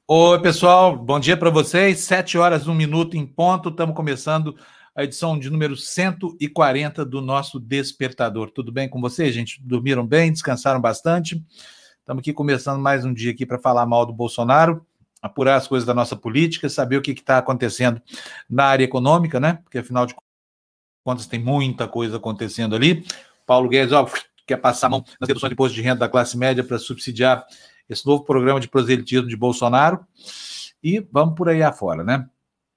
Oi, pessoal, bom dia para vocês. 7 horas, 1 minuto em ponto. Estamos começando a edição de número 140 do nosso Despertador. Tudo bem com vocês, gente? Dormiram bem? Descansaram bastante? Estamos aqui começando mais um dia aqui para falar mal do Bolsonaro, apurar as coisas da nossa política, saber o que está acontecendo na área econômica, né? Porque, afinal de contas, tem muita coisa acontecendo ali. Paulo Guedes, quer passar a mão nas reduções de imposto de renda da classe média para subsidiar esse novo programa de proselitismo de Bolsonaro, e vamos por aí afora, né?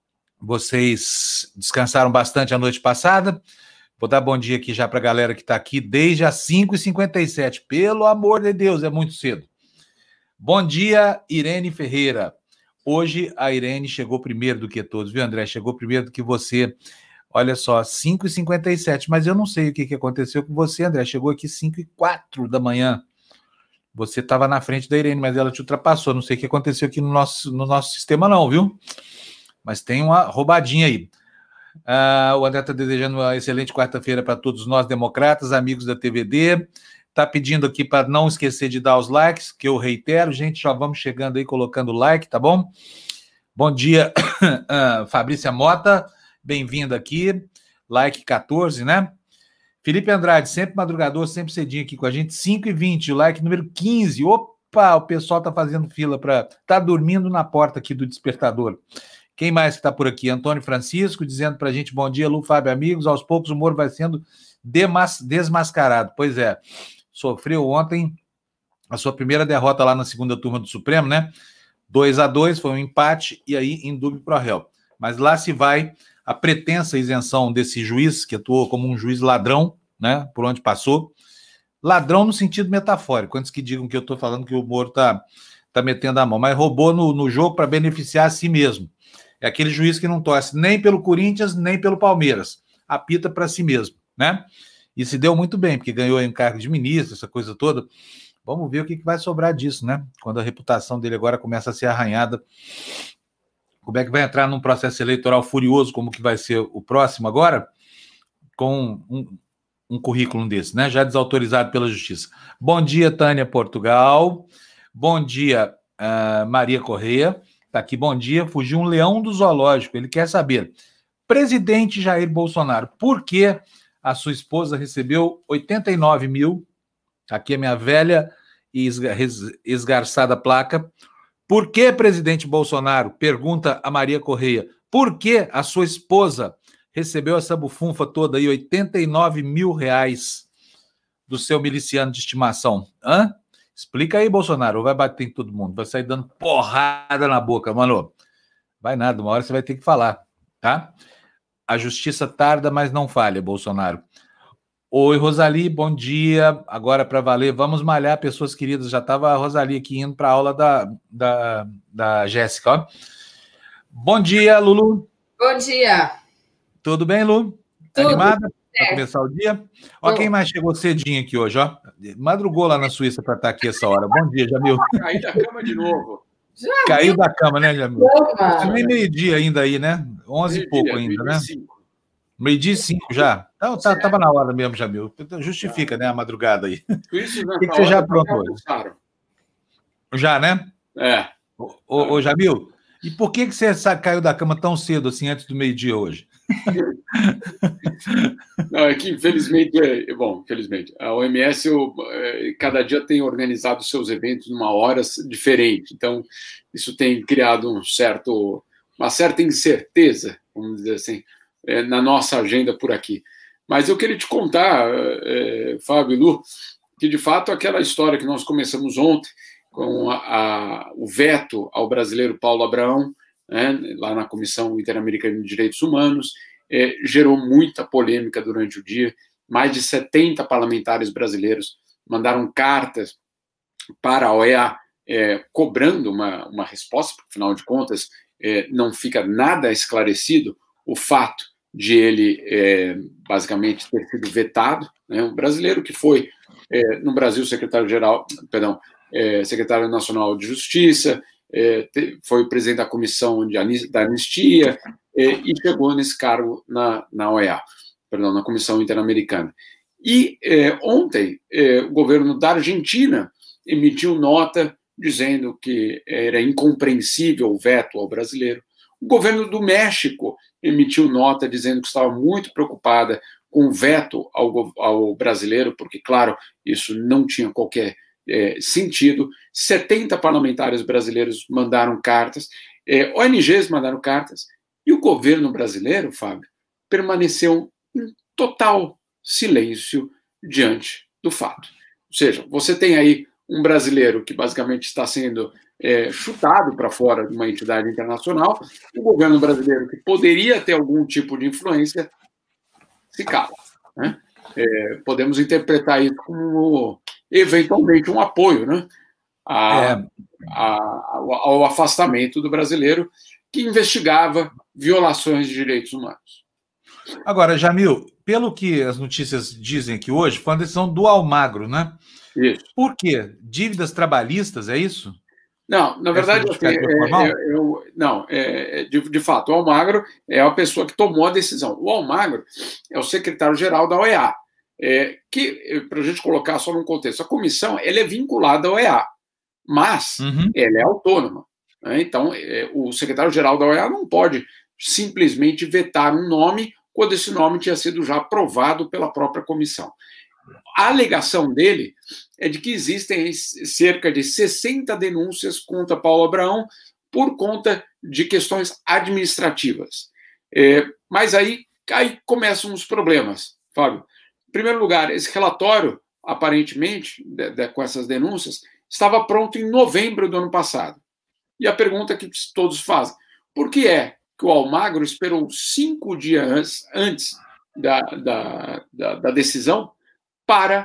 Vocês descansaram bastante a noite passada. Vou dar bom dia aqui já para a galera que está aqui desde as 5h57. Pelo amor de Deus, é muito cedo. Bom dia, Irene Ferreira. Hoje a Irene chegou primeiro do que todos, viu, André? Chegou primeiro do que você. Olha só, 5h57, mas eu não sei o que aconteceu com você, André. Chegou aqui 5h04 da manhã. Você estava na frente da Irene, mas ela te ultrapassou. Não sei o que aconteceu aqui no nosso sistema não, viu? Mas tem uma roubadinha aí. O André está desejando uma excelente quarta-feira para todos nós, democratas, amigos da TVD. Está pedindo aqui para não esquecer de dar os likes, que eu reitero. Gente, já vamos chegando aí, colocando like, tá bom? Bom dia, Fabrícia Mota. Bem-vinda aqui. Like 14, né? Felipe Andrade, sempre madrugador, sempre cedinho aqui com a gente. 5h20, o like número 15. Opa, o pessoal tá fazendo fila para... Tá dormindo na porta aqui do Despertador. Quem mais que tá por aqui? Antônio Francisco, dizendo pra gente, bom dia, Lu, Fábio, amigos. Aos poucos o Moro vai sendo desmascarado. Pois é, sofreu ontem a sua primeira derrota lá na segunda turma do Supremo, né? 2-2, foi um empate, e aí em dúvida pro réu. Mas lá se vai a pretensa isenção desse juiz, que atuou como um juiz ladrão, né, por onde passou. Ladrão no sentido metafórico, antes que digam que eu estou falando que o Moro tá metendo a mão, mas roubou no jogo para beneficiar a si mesmo. É aquele juiz que não torce nem pelo Corinthians, nem pelo Palmeiras. Apita para si mesmo, né? E se deu muito bem, porque ganhou em cargo de ministro, essa coisa toda. Vamos ver o que vai sobrar disso, né? Quando a reputação dele agora começa a ser arranhada. Como é que vai entrar num processo eleitoral furioso, como que vai ser o próximo agora, com um currículo desse, né? Já desautorizado pela justiça. Bom dia, Tânia Portugal. Bom dia, Maria Correia. Tá aqui, bom dia. Fugiu um leão do zoológico. Ele quer saber, presidente Jair Bolsonaro, por que a sua esposa recebeu 89 mil? Aqui a minha velha e esgarçada placa. Por que, presidente Bolsonaro? Pergunta a Maria Correia. Por que a sua esposa recebeu essa bufunfa toda aí, 89 mil reais do seu miliciano de estimação? Hã? Explica aí, Bolsonaro, ou vai bater em todo mundo? Vai sair dando porrada na boca, mano. Vai nada, uma hora você vai ter que falar, tá? A justiça tarda, mas não falha, Bolsonaro. Oi, Rosali, bom dia. Agora para valer, vamos malhar, pessoas queridas. Já estava a Rosali aqui indo para a aula da Jéssica, ó. Bom dia, Lulu. Bom dia. Tudo bem, Lu? Tudo. Animada para começar o dia? Ó, quem mais chegou cedinho aqui hoje, ó. Madrugou lá na Suíça para estar aqui essa hora. Bom dia, Jamil. Caiu da cama de novo. Caiu da cama, né, Jamil? Nem meio-dia ainda aí, né? 11 e pouco ainda, né? meio-dia e 5 já. Então, tava na hora mesmo, Jamil. Justifica, né, a madrugada aí. Isso o que você já aprontou? Já, né? É. Ô, Jamil, e por que você caiu da cama tão cedo, assim, antes do meio-dia hoje? Não, é que, infelizmente, infelizmente, a OMS cada dia tem organizado seus eventos numa hora diferente. Então, isso tem criado uma certa incerteza, vamos dizer assim, na nossa agenda por aqui. Mas eu queria te contar, Fábio e Lu, que de fato aquela história que nós começamos ontem com o veto ao brasileiro Paulo Abraão, né, lá na Comissão Interamericana de Direitos Humanos, gerou muita polêmica durante o dia. Mais de 70 parlamentares brasileiros mandaram cartas para a OEA cobrando uma resposta, porque, afinal de contas, não fica nada esclarecido o fato de ele, basicamente, ter sido vetado, né? Um brasileiro que foi, no Brasil, secretário nacional de Justiça, foi presidente da Comissão da Anistia e chegou nesse cargo na OEA, na Comissão Interamericana. E ontem, o governo da Argentina emitiu nota dizendo que era incompreensível o veto ao brasileiro. O governo do México emitiu nota dizendo que estava muito preocupada com o veto ao brasileiro, porque, claro, isso não tinha qualquer sentido. 70 parlamentares brasileiros mandaram cartas, ONGs mandaram cartas, e o governo brasileiro, Fábio, permaneceu em total silêncio diante do fato. Ou seja, você tem aí um brasileiro que basicamente está sendo chutado para fora de uma entidade internacional, o governo brasileiro, que poderia ter algum tipo de influência, se cala. Né? Podemos interpretar isso como, eventualmente, um apoio, né? Ao afastamento do brasileiro que investigava violações de direitos humanos. Agora, Jamil, pelo que as notícias dizem aqui hoje, foi uma decisão do Almagro, né? Isso. Por quê? Dívidas trabalhistas, é isso? Não, na verdade, de fato, o Almagro é a pessoa que tomou a decisão. O Almagro é o secretário-geral da OEA, que, para a gente colocar só num contexto, a comissão ela é vinculada à OEA, mas ela é autônoma. Né? Então, o secretário-geral da OEA não pode simplesmente vetar um nome quando esse nome tinha sido já aprovado pela própria comissão. A alegação dele é de que existem cerca de 60 denúncias contra Paulo Abraão por conta de questões administrativas. Mas aí começam os problemas, Fábio. Em primeiro lugar, esse relatório, aparentemente, com essas denúncias, estava pronto em novembro do ano passado. E a pergunta que todos fazem, por que é que o Almagro esperou 5 dias antes da decisão para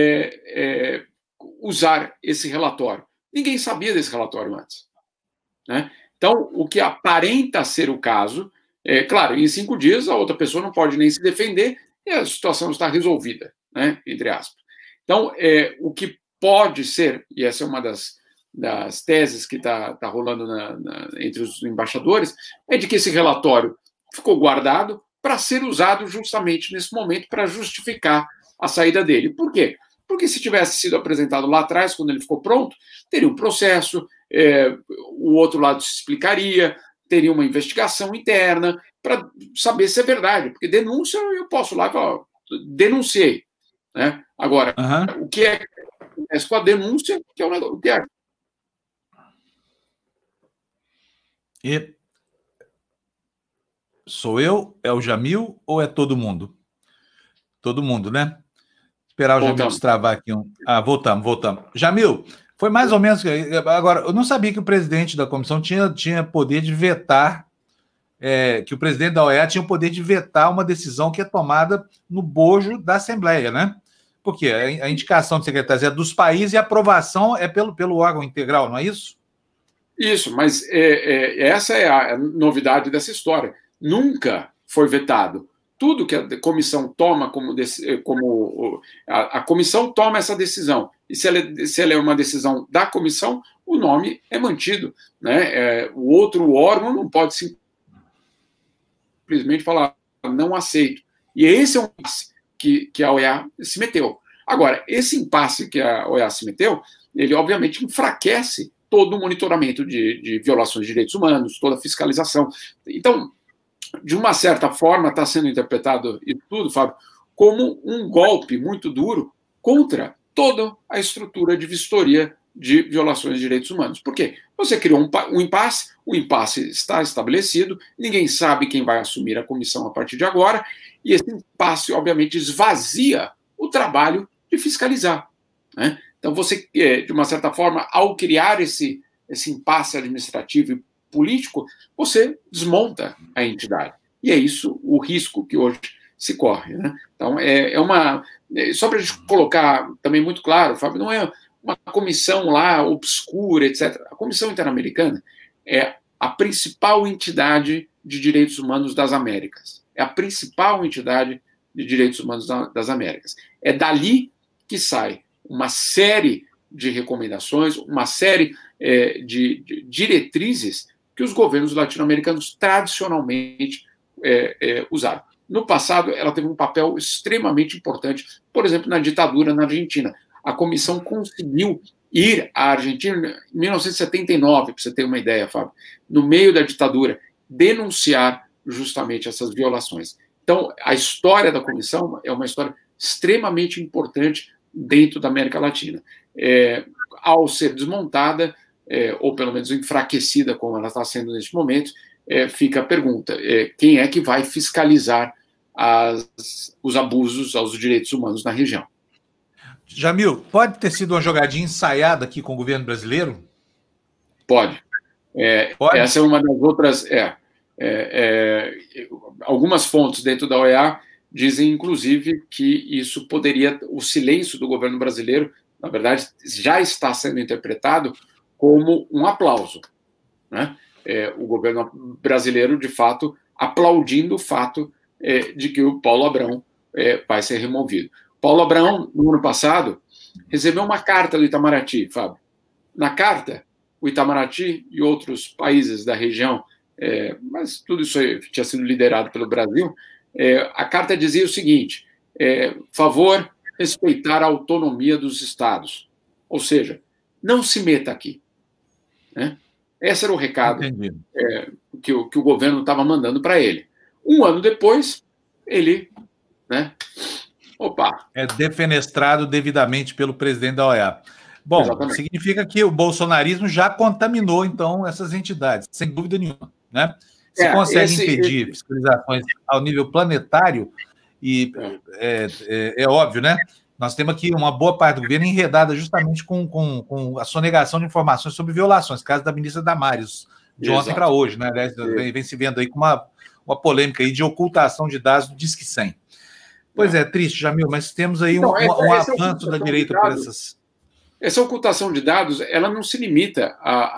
usar esse relatório? Ninguém sabia desse relatório antes. Né? Então, o que aparenta ser o caso, claro, em 5 dias a outra pessoa não pode nem se defender e a situação está resolvida, né? Entre aspas. Então, o que pode ser, e essa é uma das teses que está rolando entre os embaixadores, é de que esse relatório ficou guardado para ser usado justamente nesse momento para justificar a saída dele. Por quê? Porque se tivesse sido apresentado lá atrás, quando ele ficou pronto, teria um processo, o outro lado se explicaria, teria uma investigação interna para saber se é verdade. Porque denúncia, eu posso lá falar, denunciei. Né? Agora, o que é com a denúncia, que é o negócio que é. E sou eu, é o Jamil ou é todo mundo? Todo mundo, né? Esperar o Jamil destravar aqui. Voltamos. Jamil, foi mais ou menos... Agora, eu não sabia que o presidente da comissão tinha poder de vetar, que o presidente da OEA tinha o poder de vetar uma decisão que é tomada no bojo da Assembleia, né? Porque a indicação do secretário é dos países e a aprovação é pelo órgão integral, não é isso? Isso, mas essa é a novidade dessa história. Nunca foi vetado. Tudo que a comissão toma a comissão toma essa decisão. E se ela é uma decisão da comissão, o nome é mantido. Né? O outro órgão não pode simplesmente falar, não aceito. E esse é um impasse que a OEA se meteu. Agora, esse impasse que a OEA se meteu, ele obviamente enfraquece todo o monitoramento de violações de direitos humanos, toda a fiscalização. Então, de uma certa forma, está sendo interpretado isso tudo, Fábio, como um golpe muito duro contra toda a estrutura de vistoria de violações de direitos humanos. Por quê? Você criou um impasse, o impasse está estabelecido, ninguém sabe quem vai assumir a comissão a partir de agora, e esse impasse, obviamente, esvazia o trabalho de fiscalizar. Né? Então, você, de uma certa forma, ao criar esse impasse administrativo e político, você desmonta a entidade. E é isso o risco que hoje se corre. Né? Então, só para a gente colocar também muito claro, Fábio, não é uma comissão lá obscura, etc. A Comissão Interamericana é a principal entidade de direitos humanos das Américas. É a principal entidade de direitos humanos das Américas. É dali que sai uma série de recomendações, uma série de diretrizes que os governos latino-americanos tradicionalmente usaram. No passado, ela teve um papel extremamente importante, por exemplo, na ditadura na Argentina. A comissão conseguiu ir à Argentina em 1979, para você ter uma ideia, Fábio, no meio da ditadura, denunciar justamente essas violações. Então, a história da comissão é uma história extremamente importante dentro da América Latina. Ao ser desmontada, ou pelo menos enfraquecida, como ela está sendo neste momento, fica a pergunta: quem é que vai fiscalizar os abusos aos direitos humanos na região? Jamil, pode ter sido uma jogadinha ensaiada aqui com o governo brasileiro? Pode. Pode? Essa é uma das outras. Algumas fontes dentro da OEA dizem, inclusive, que isso poderia. O silêncio do governo brasileiro, na verdade, já está sendo interpretado como um aplauso, né? O governo brasileiro, de fato, aplaudindo o fato de que o Paulo Abrão vai ser removido. Paulo Abrão, no ano passado, recebeu uma carta do Itamaraty, Fábio. Na carta, o Itamaraty e outros países da região, mas tudo isso tinha sido liderado pelo Brasil, a carta dizia o seguinte: favor respeitar a autonomia dos estados. Ou seja, não se meta aqui. Né? Esse era o recado que o governo estava mandando para ele. Um ano depois, ele... Né? Opa! É defenestrado devidamente pelo presidente da OEA. Bom, exatamente. Significa que o bolsonarismo já contaminou, então, essas entidades, sem dúvida nenhuma. Né? Se consegue impedir fiscalizações ao nível planetário, e é óbvio, né? Nós temos aqui uma boa parte do governo enredada justamente com a sonegação de informações sobre violações, caso da ministra Damares, de ontem para hoje, né? Aliás, vem se vendo aí com uma polêmica aí de ocultação de dados do Disque 100. Pois é, triste, Jamil, mas temos aí um avanço da direita por essas... Essa ocultação de dados, ela não se limita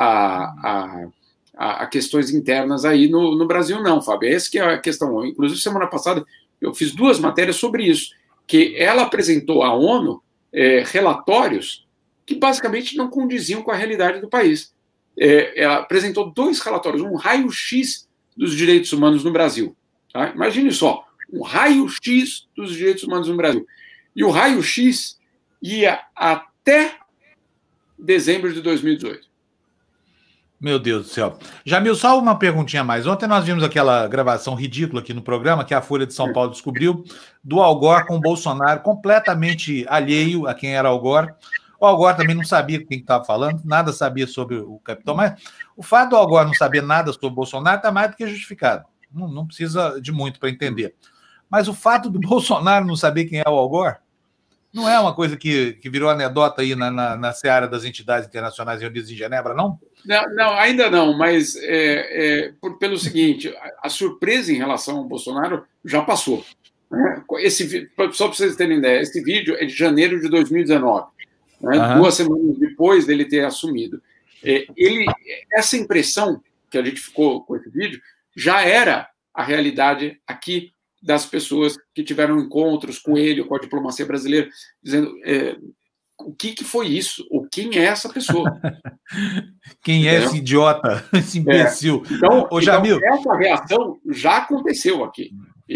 a questões internas aí no Brasil, não, Fábio. Essa que é a questão. Inclusive, semana passada, eu fiz 2 matérias sobre isso, que ela apresentou à ONU relatórios que basicamente não condiziam com a realidade do país. Ela apresentou 2 relatórios, um raio-x dos direitos humanos no Brasil. Tá? Imagine só, um raio-x dos direitos humanos no Brasil. E o raio-x ia até dezembro de 2018. Meu Deus do céu. Jamil, só uma perguntinha a mais. Ontem nós vimos aquela gravação ridícula aqui no programa, que a Folha de São Paulo descobriu, do Al Gore com o Bolsonaro, completamente alheio a quem era Al Gore. O Al Gore também não sabia com quem estava falando, nada sabia sobre o capitão, mas o fato do Al Gore não saber nada sobre o Bolsonaro está mais do que justificado. Não precisa de muito para entender. Mas o fato do Bolsonaro não saber quem é o Al Gore não é uma coisa que virou anedota aí na seara das entidades internacionais reunidas em Genebra, não? Não, ainda não, mas pelo seguinte, a surpresa em relação ao Bolsonaro já passou. Né? Só para vocês terem ideia, esse vídeo é de janeiro de 2019, né? 2 semanas depois dele ter assumido. Essa impressão que a gente ficou com esse vídeo já era a realidade aqui das pessoas que tiveram encontros com ele, com a diplomacia brasileira, dizendo o que foi isso? Ou quem é essa pessoa? Quem é esse idiota, esse imbecil? Então, essa reação já aconteceu aqui.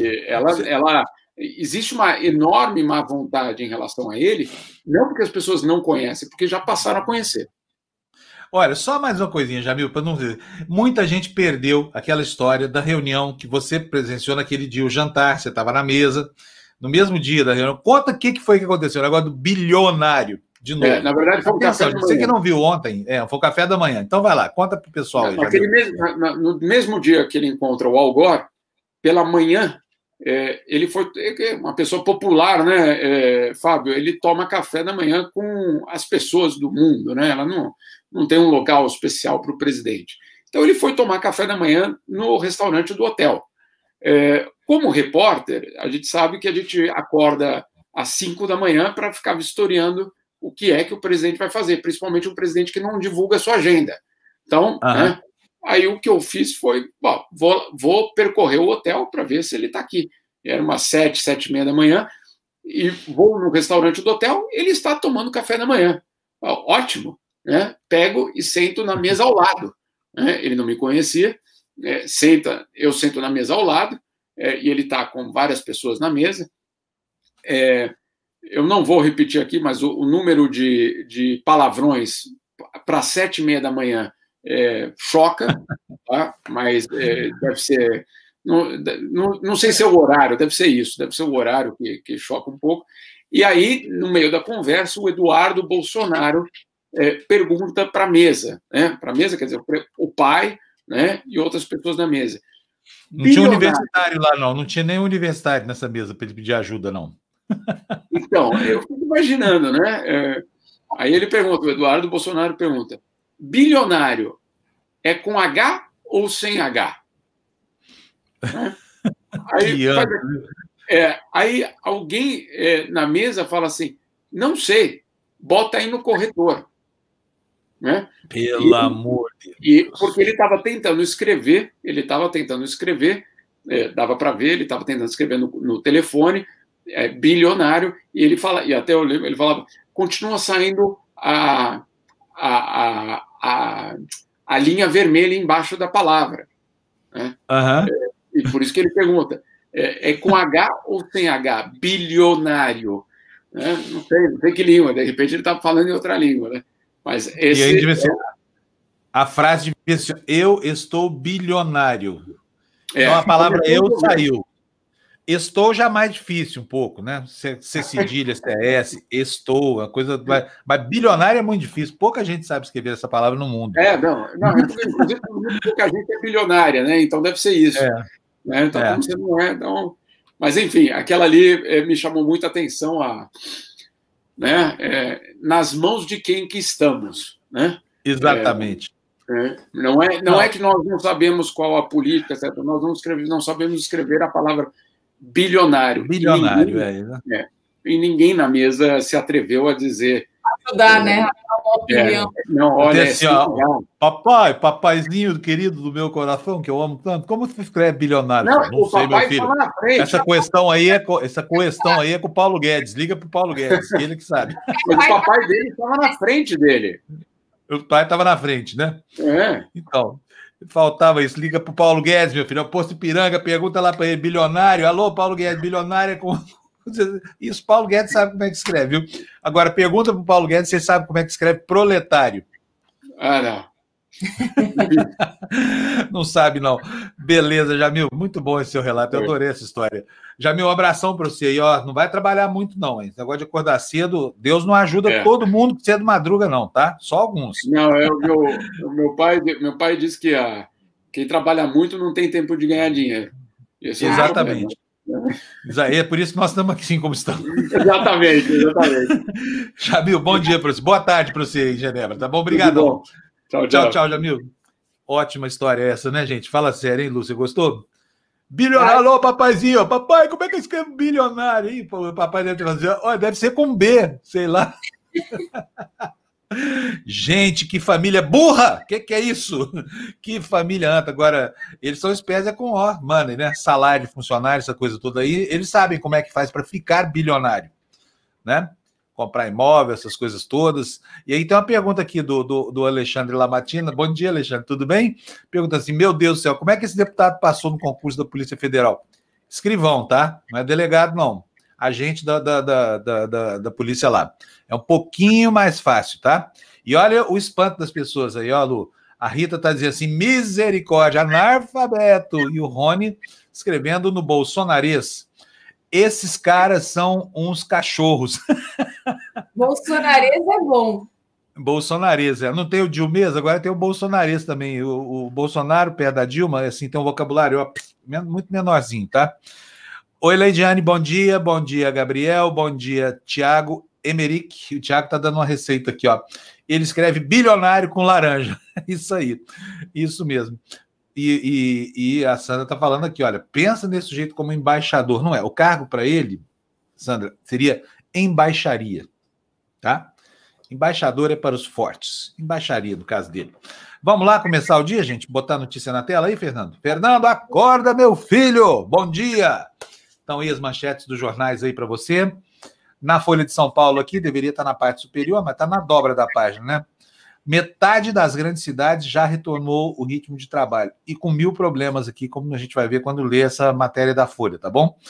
Existe uma enorme má vontade em relação a ele, não porque as pessoas não conhecem, porque já passaram a conhecer. Olha, só mais uma coisinha, Jamil, para não dizer. Muita gente perdeu aquela história da reunião que você presenciou naquele dia, o jantar, você estava na mesa, no mesmo dia da reunião. Conta o que foi que aconteceu, o negócio do bilionário, de novo. Na verdade, foi um café da manhã. Você que não viu ontem, foi um café da manhã. Então vai lá, conta para o pessoal. No mesmo dia que ele encontra o Al Gore, pela manhã, ele foi uma pessoa popular, né, Fábio? Ele toma café da manhã com as pessoas do mundo, né? Ela não tem um local especial para o presidente. Então, ele foi tomar café da manhã no restaurante do hotel. Como repórter, a gente sabe que a gente acorda às 5 da manhã para ficar vistoriando o que é que o presidente vai fazer, principalmente um presidente que não divulga a sua agenda. Então, né, aí o que eu fiz foi, vou percorrer o hotel para ver se ele está aqui. Era umas 7, 7h30 da manhã, e vou no restaurante do hotel, ele está tomando café da manhã. Ótimo. Né? Pego e sento na mesa ao lado. Né? Ele não me conhecia, eu sento na mesa ao lado, e ele está com várias pessoas na mesa. eu não vou repetir aqui, mas o número de palavrões para 7h30 da manhã choca, tá? Mas deve ser... Não sei se é o horário, deve ser isso, deve ser o horário que choca um pouco. E aí, no meio da conversa, o Eduardo Bolsonaro pergunta para a mesa, né? Para a mesa, quer dizer, o pai, né? E outras pessoas na mesa. Não tinha universitário lá, não. Não tinha nem universitário nessa mesa para ele pedir ajuda, não. Então, eu fico imaginando, né? Aí ele pergunta, o Eduardo Bolsonaro pergunta, bilionário é com H ou sem H? Né? Aí alguém na mesa fala assim, não sei, bota aí no corretor. Né? Pelo amor de Deus. Porque ele estava tentando escrever, dava para ver, ele estava tentando escrever no telefone, bilionário, e ele fala, e até eu lembro, ele falava, continua saindo a linha vermelha embaixo da palavra. Né? Uhum. E por isso que ele pergunta, é com H ou sem H? Bilionário. Né? Não sei que língua, de repente ele estava falando em outra língua, né? Mas esse... E aí devia ser... A frase devia ser, eu estou bilionário. Então a palavra eu saiu. Estou já mais difícil um pouco, né? C cedilha, CS, estou, a coisa... Mas bilionário é muito difícil, pouca gente sabe escrever essa palavra no mundo. Inclusive pouca gente é bilionária, né? Então deve ser isso. Né? Então, como você não é... Então... Mas, enfim, aquela ali me chamou muita atenção, né? Nas mãos de quem que estamos, né? Exatamente. Não é que nós não sabemos qual a política, certo? Nós não sabemos escrever a palavra bilionário. Bilionário, e ninguém na mesa se atreveu a dizer... Ajudar, né? Uma opinião. Não, olha... Assim, papaizinho querido do meu coração, que eu amo tanto, como se escreve bilionário? Não sei, meu filho. Essa questão aí é com o Paulo Guedes. Liga para o Paulo Guedes, ele que sabe. Mas o papai dele estava na frente dele. O pai estava na frente, né? Então, faltava isso. Liga para o Paulo Guedes, meu filho. É o Posto Ipiranga, pergunta lá para ele, bilionário. Alô, Paulo Guedes, bilionário é com... Isso, Paulo Guedes sabe como é que escreve, viu? Agora, pergunta para o Paulo Guedes se ele sabe como é que escreve proletário. Não. Não sabe, não. Beleza, Jamil. Muito bom esse seu relato. Eu adorei essa história. Jamil, um abração para você. E, não vai trabalhar muito, não. Hein? Esse negócio de acordar cedo, Deus não ajuda todo mundo cedo madruga, não, tá? Só alguns. Não, meu pai disse que quem trabalha muito não tem tempo de ganhar dinheiro. Exatamente. É por isso que nós estamos aqui assim como estamos. Exatamente. Jamil, bom dia para você. Boa tarde para você em Genebra, tá bom? Obrigadão. Tchau, Jamil. Ótima história essa, né, gente? Fala sério, hein, Lúcia? Gostou? Bilionário, alô, papaizinho. Papai, como é que eu escrevo bilionário? Ih, o papai deve dizer, deve ser com B, sei lá. Gente, que família burra! Que é isso? Que família anta. Agora, eles são espécie com money, né? Salário de funcionário, essa coisa toda aí. Eles sabem como é que faz para ficar bilionário, né? Comprar imóvel, essas coisas todas. E aí tem uma pergunta aqui do Alexandre Lamatina. Bom dia, Alexandre, tudo bem? Pergunta assim, meu Deus do céu, como é que esse deputado passou no concurso da Polícia Federal? Escrivão, tá? Não é delegado, não. Agente da polícia lá. É um pouquinho mais fácil, tá? E olha o espanto das pessoas aí, ó, Lu. A Rita tá dizendo assim, misericórdia, analfabeto. E o Rony escrevendo no bolsonarês. Esses caras são uns cachorros. Bolsonarês é bom. Bolsonarês, não tem o Dilmês, agora tem o bolsonarês também. O Bolsonaro, perto da Dilma, assim, tem um vocabulário muito menorzinho, tá? Oi, Leidiane, bom dia, Gabriel, bom dia, Tiago Emerick. O Tiago tá dando uma receita aqui, ó. Ele escreve bilionário com laranja. Isso aí, isso mesmo. E a Sandra tá falando aqui, olha, pensa nesse sujeito como embaixador, não é? O cargo para ele, Sandra, seria embaixaria, tá? Embaixador é para os fortes, embaixaria no caso dele. Vamos lá começar o dia, gente? Botar a notícia na tela aí, Fernando? Fernando, acorda, meu filho! Bom dia! Então, aí as manchetes dos jornais aí para você. Na Folha de São Paulo aqui, deveria estar na parte superior, mas está na dobra da página, né? Metade das grandes cidades já retornou o ritmo de trabalho. E com 1000 problemas aqui, como a gente vai ver quando lê essa matéria da Folha, tá bom?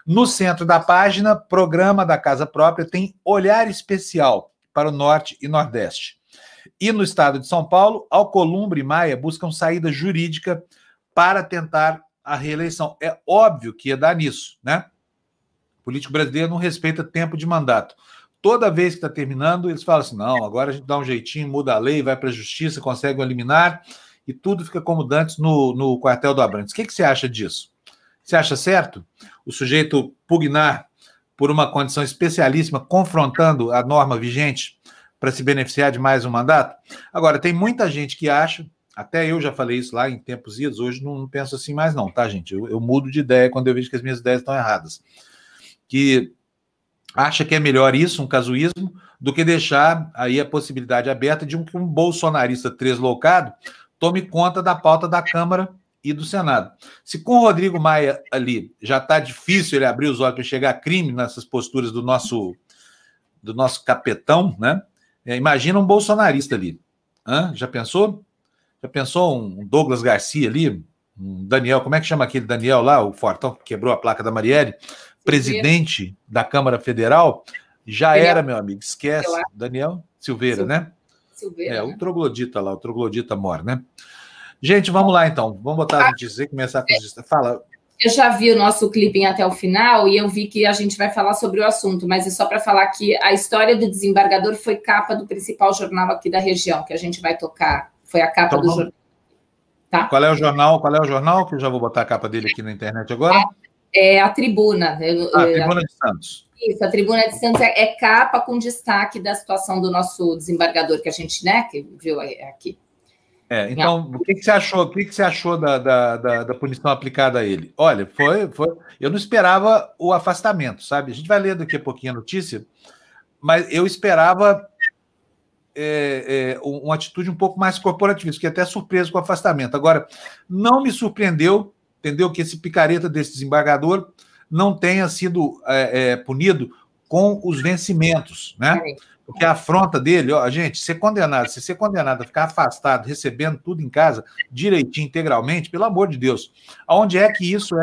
No centro da página, programa da Casa Própria tem olhar especial para o Norte e Nordeste. E no estado de São Paulo, Alcolumbre e Maia buscam saída jurídica para tentar a reeleição. É óbvio que ia dar nisso, né? O político brasileiro não respeita tempo de mandato. Toda vez que está terminando, eles falam assim, não, agora a gente dá um jeitinho, muda a lei, vai para a justiça, consegue eliminar, e tudo fica como dantes no quartel do Abrantes. O que você acha disso? Você acha certo o sujeito pugnar por uma condição especialíssima, confrontando a norma vigente para se beneficiar de mais um mandato? Agora, tem muita gente que acha, até eu já falei isso lá em tempos idos, hoje não penso assim mais não, tá, gente? Eu mudo de ideia quando eu vejo que as minhas ideias estão erradas. Que acha que é melhor isso, um casuísmo, do que deixar aí a possibilidade aberta de que um bolsonarista tresloucado tome conta da pauta da Câmara e do Senado. Se com o Rodrigo Maia ali já está difícil ele abrir os olhos para chegar a crime nessas posturas do nosso capetão, né? Imagina um bolsonarista ali. Já pensou? Já pensou um Douglas Garcia ali? Um Daniel, como é que chama aquele Daniel lá, o fortão que quebrou a placa da Marielle? Presidente da Câmara Federal? Já era, meu amigo, esquece. Daniel Silveira, né? Silveira. O troglodita lá, o troglodita mor, né? Gente, vamos lá então. Vamos botar as notícias e começar com as... Fala. Eu já vi o nosso clipinho até o final e eu vi que a gente vai falar sobre o assunto, mas é só para falar que a história do desembargador foi capa do principal jornal aqui da região, que a gente vai tocar. Foi a capa do jornal. Tá? Qual é o jornal? Que eu já vou botar a capa dele aqui na internet agora. É a Tribuna. A Tribuna de Santos. Isso, a Tribuna de Santos é capa com destaque da situação do nosso desembargador, que a gente, né, que viu aqui. Então, o que você achou? O que você achou da punição aplicada a ele? Olha, eu não esperava o afastamento, sabe? A gente vai ler daqui a pouquinho a notícia, mas eu esperava uma atitude um pouco mais corporativista, fiquei até surpreso com o afastamento. Agora, não me surpreendeu, entendeu, que esse picareta desse desembargador não tenha sido punido com os vencimentos, né? Porque a afronta dele, gente, se ser condenado a ficar afastado, recebendo tudo em casa, direitinho, integralmente, pelo amor de Deus, onde é que isso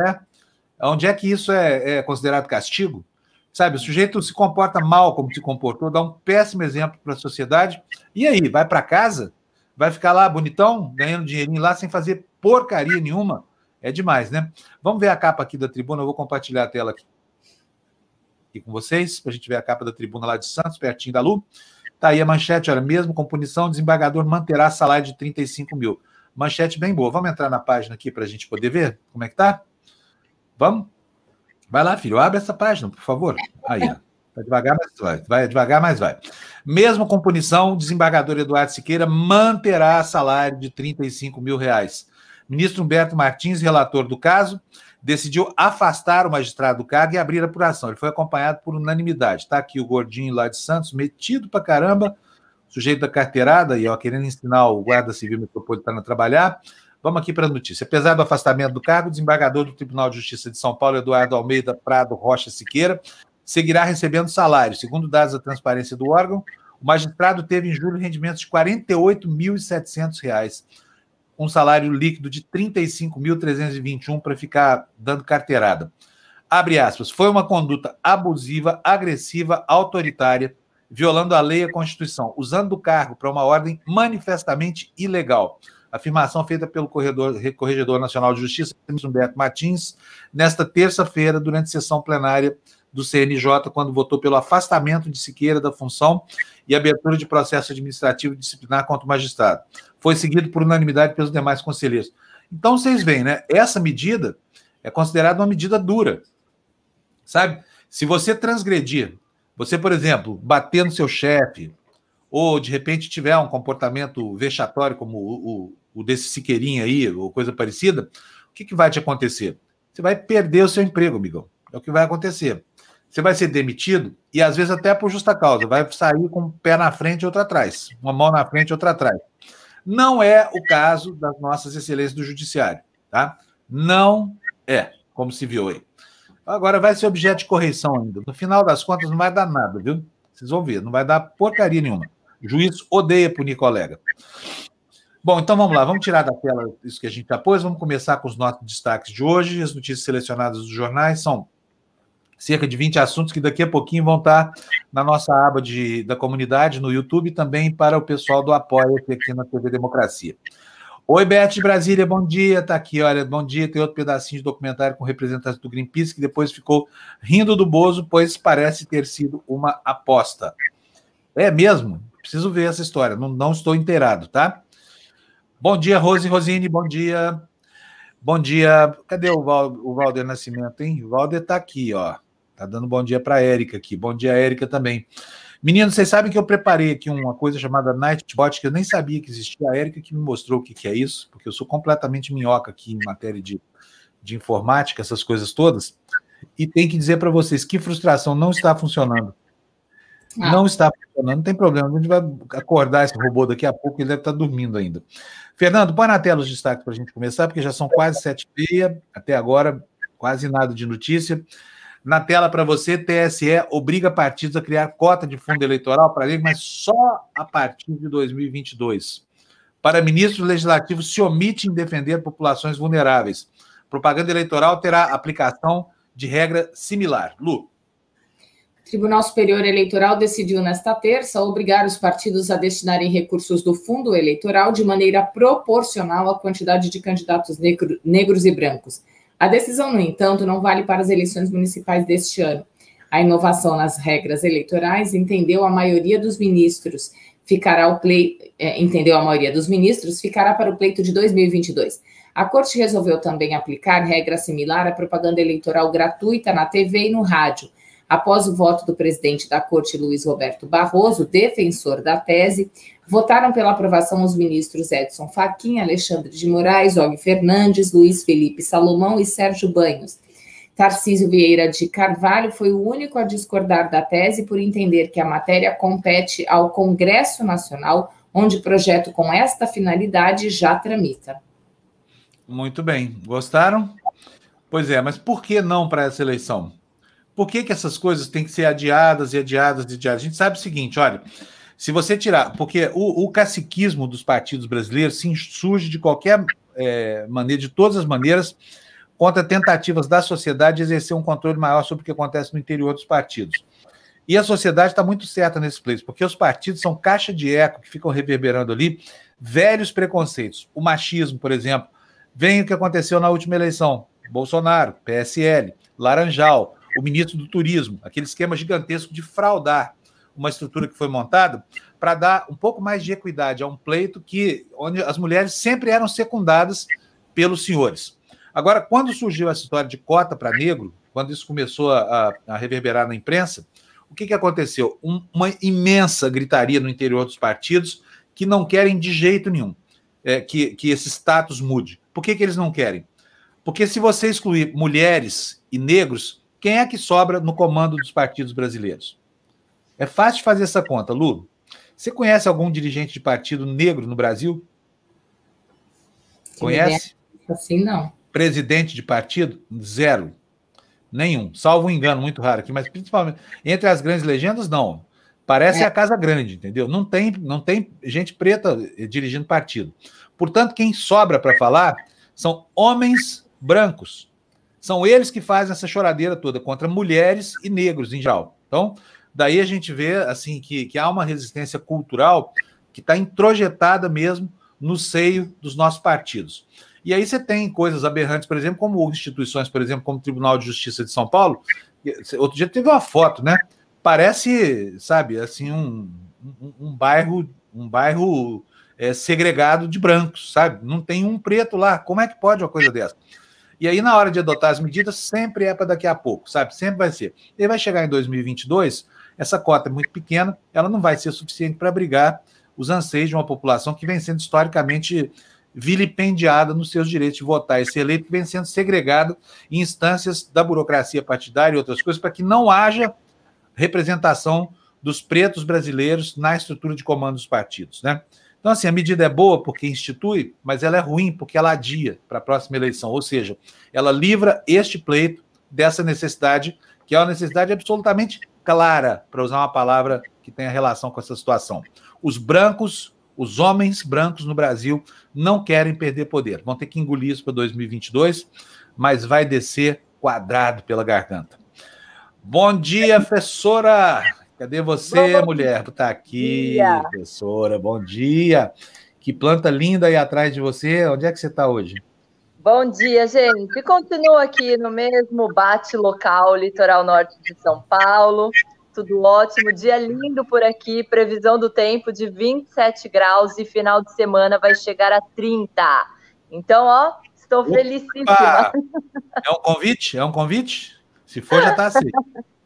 é considerado castigo? Sabe, o sujeito se comporta mal como se comportou, dá um péssimo exemplo para a sociedade, e aí, vai para casa, vai ficar lá bonitão, ganhando dinheirinho lá, sem fazer porcaria nenhuma? É demais, né? Vamos ver a capa aqui da Tribuna, eu vou compartilhar a tela aqui com vocês, para a gente ver a capa da Tribuna lá de Santos, pertinho da Lu. Tá aí a manchete, olha, mesmo com punição, o desembargador manterá salário de 35 mil. Manchete bem boa. Vamos entrar na página aqui para a gente poder ver como é que tá? Vamos? Vai lá, filho, abre essa página, por favor. Aí, ó. Vai devagar, mas vai. Vai devagar, mas vai. Mesmo com punição, o desembargador Eduardo Siqueira manterá salário de 35 mil reais. Ministro Humberto Martins, relator do caso, decidiu afastar o magistrado do cargo e abrir a apuração. Ele foi acompanhado por unanimidade. Está aqui o gordinho lá de Santos, metido pra caramba, sujeito da carteirada, e querendo ensinar o Guarda Civil Metropolitano a trabalhar. Vamos aqui para a notícia. Apesar do afastamento do cargo, o desembargador do Tribunal de Justiça de São Paulo, Eduardo Almeida Prado Rocha Siqueira, seguirá recebendo salário. Segundo dados da transparência do órgão, o magistrado teve em julho rendimentos de R$ 48.700, um salário líquido de R$ 35.321 para ficar dando carteirada. Abre aspas, foi uma conduta abusiva, agressiva, autoritária, violando a lei e a Constituição, usando o cargo para uma ordem manifestamente ilegal. Afirmação feita pelo Corregedor Nacional de Justiça, Humberto Martins, nesta terça-feira, durante sessão plenária do CNJ, quando votou pelo afastamento de Siqueira da função e abertura de processo administrativo disciplinar contra o magistrado. Foi seguido por unanimidade pelos demais conselheiros. Então, vocês veem, né? Essa medida é considerada uma medida dura. Sabe? Se você transgredir, você, por exemplo, bater no seu chefe, ou, de repente, tiver um comportamento vexatório, como o desse Siqueirinha aí, ou coisa parecida, o que vai te acontecer? Você vai perder o seu emprego, amigão. É o que vai acontecer. Você vai ser demitido, e às vezes até por justa causa, vai sair com um pé na frente e outro atrás, uma mão na frente e outra atrás. Não é o caso das nossas excelências do judiciário, tá? Não é, como se viu aí. Agora vai ser objeto de correição ainda. No final das contas, não vai dar nada, viu? Vocês vão ver, não vai dar porcaria nenhuma. O juiz odeia punir colega. Bom, então vamos lá, vamos tirar da tela isso que a gente já pôs, vamos começar com os nossos destaques de hoje. As notícias selecionadas dos jornais são cerca de 20 assuntos que daqui a pouquinho vão estar na nossa aba da comunidade, no YouTube, e também para o pessoal do Apoia-se aqui na TV Democracia. Oi, Beth de Brasília, bom dia, tá aqui, olha, bom dia, tem outro pedacinho de documentário com representantes do Greenpeace, que depois ficou rindo do Bozo, pois parece ter sido uma aposta. É mesmo? Preciso ver essa história, não estou inteirado, tá? Bom dia, Rosine, bom dia. Bom dia, cadê o Valder Nascimento, hein? O Valder está aqui, ó. Tá dando bom dia para a Érica aqui. Bom dia, Érica, também. Meninos, vocês sabem que eu preparei aqui uma coisa chamada Nightbot, que eu nem sabia que existia. A Érica que me mostrou o que é isso, porque eu sou completamente minhoca aqui em matéria de informática, essas coisas todas. E tem que dizer para vocês que frustração, não está funcionando. Não está funcionando, não tem problema. A gente vai acordar esse robô daqui a pouco, ele deve estar dormindo ainda. Fernando, põe na tela os destaques para a gente começar, porque já são quase 7h30, até agora, quase nada de notícia. Na tela para você, TSE obriga partidos a criar cota de fundo eleitoral para ele, mas só a partir de 2022. Para ministro legislativo, se omite em defender populações vulneráveis. Propaganda eleitoral terá aplicação de regra similar. Lu. O Tribunal Superior Eleitoral decidiu nesta terça obrigar os partidos a destinarem recursos do fundo eleitoral de maneira proporcional à quantidade de candidatos negros e brancos. A decisão, no entanto, não vale para as eleições municipais deste ano. A inovação nas regras eleitorais entendeu a maioria dos ministros ficará para o pleito de 2022. A Corte resolveu também aplicar regra similar à propaganda eleitoral gratuita na TV e no rádio. Após o voto do presidente da Corte, Luiz Roberto Barroso, defensor da tese, votaram pela aprovação os ministros Edson Fachin, Alexandre de Moraes, Og Fernandes, Luiz Felipe Salomão e Sérgio Banhos. Tarcísio Vieira de Carvalho foi o único a discordar da tese por entender que a matéria compete ao Congresso Nacional, onde projeto com esta finalidade já tramita. Muito bem. Gostaram? Pois é, mas por que não para essa eleição? Por que essas coisas têm que ser adiadas e adiadas e adiadas? A gente sabe o seguinte, olha, se você tirar... Porque o caciquismo dos partidos brasileiros surge de qualquer maneira, de todas as maneiras, contra tentativas da sociedade de exercer um controle maior sobre o que acontece no interior dos partidos. E a sociedade está muito certa nesse pleito, porque os partidos são caixa de eco que ficam reverberando ali velhos preconceitos. O machismo, por exemplo, vem o que aconteceu na última eleição. Bolsonaro, PSL, Laranjal, o ministro do Turismo, aquele esquema gigantesco de fraudar uma estrutura que foi montada para dar um pouco mais de equidade a um pleito onde as mulheres sempre eram secundadas pelos senhores. Agora, quando surgiu essa história de cota para negro, quando isso começou a reverberar na imprensa, o que aconteceu? Uma imensa gritaria no interior dos partidos que não querem de jeito nenhum que esse status mude. Por que eles não querem? Porque se você excluir mulheres e negros, quem é que sobra no comando dos partidos brasileiros? É fácil de fazer essa conta, Lu. Você conhece algum dirigente de partido negro no Brasil? Conhece? Assim, não. Presidente de partido? Zero. Nenhum. Salvo um engano muito raro aqui, mas principalmente entre as grandes legendas, não. Parece a Casa Grande, entendeu? Não tem gente preta dirigindo partido. Portanto, quem sobra para falar são homens brancos. São eles que fazem essa choradeira toda contra mulheres e negros em geral. Então, daí a gente vê assim, que há uma resistência cultural que está introjetada mesmo no seio dos nossos partidos. E aí você tem coisas aberrantes, por exemplo, como instituições, por exemplo, como o Tribunal de Justiça de São Paulo. Outro dia teve uma foto, né? Parece, sabe, assim, um bairro segregado de brancos, sabe? Não tem um preto lá. Como é que pode uma coisa dessa? E aí, na hora de adotar as medidas, sempre é para daqui a pouco, sabe? Sempre vai ser. E vai chegar em 2022, essa cota é muito pequena, ela não vai ser suficiente para abrigar os anseios de uma população que vem sendo historicamente vilipendiada nos seus direitos de votar. Esse eleito vem sendo segregado em instâncias da burocracia partidária e outras coisas para que não haja representação dos pretos brasileiros na estrutura de comando dos partidos, né? Então, assim, a medida é boa porque institui, mas ela é ruim porque ela adia para a próxima eleição, ou seja, ela livra este pleito dessa necessidade, que é uma necessidade absolutamente clara, para usar uma palavra que tenha relação com essa situação. Os brancos, os homens brancos no Brasil não querem perder poder, vão ter que engolir isso para 2022, mas vai descer quadrado pela garganta. Bom dia, professora! Cadê você, mulher? Tá aqui, professora. Bom dia. Que planta linda aí atrás de você. Onde é que você está hoje? Bom dia, gente. Continuo aqui no mesmo bate-local, litoral norte de São Paulo. Tudo ótimo, dia lindo por aqui, previsão do tempo de 27 graus e final de semana vai chegar a 30. Então, ó, estou felicíssima. É um convite? É um convite? Se for, já está assim.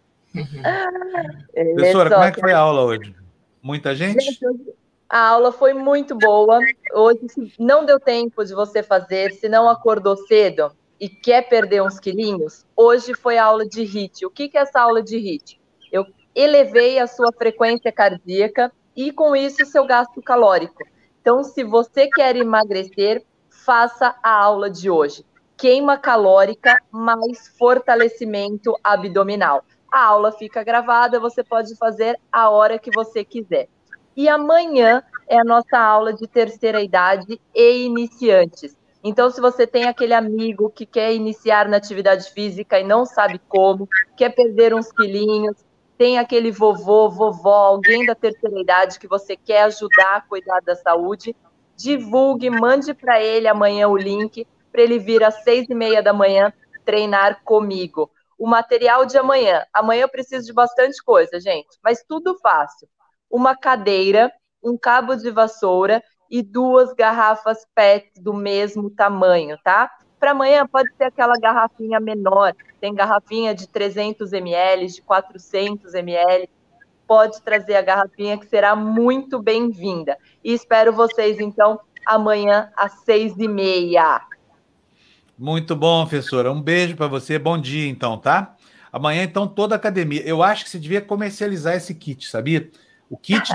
Professora, como é que foi a aula hoje? Muita gente? A aula foi muito boa. Hoje, se não deu tempo de você fazer, se não acordou cedo e quer perder uns quilinhos, hoje foi a aula de HIIT. O que é essa aula de HIIT? Eu elevei a sua frequência cardíaca e, com isso, o seu gasto calórico. Então, se você quer emagrecer, faça a aula de hoje. Queima calórica mais fortalecimento abdominal. A aula fica gravada, você pode fazer a hora que você quiser. E amanhã é a nossa aula de terceira idade e iniciantes. Então, se você tem aquele amigo que quer iniciar na atividade física e não sabe como, quer perder uns quilinhos, tem aquele vovô, vovó, alguém da terceira idade que você quer ajudar a cuidar da saúde, divulgue, mande para ele amanhã o link para ele vir às 6h30 da manhã treinar comigo. O material de amanhã. Amanhã eu preciso de bastante coisa, gente, mas tudo fácil. Uma cadeira, um cabo de vassoura e 2 garrafas PET do mesmo tamanho, tá? Para amanhã pode ser aquela garrafinha menor, tem garrafinha de 300 ml, de 400 ml, pode trazer a garrafinha que será muito bem-vinda. E espero vocês, então, amanhã às 6h30. Muito bom, professora. Um beijo para você. Bom dia, então, tá? Amanhã, então, toda a academia. Eu acho que você devia comercializar esse kit, sabia? O kit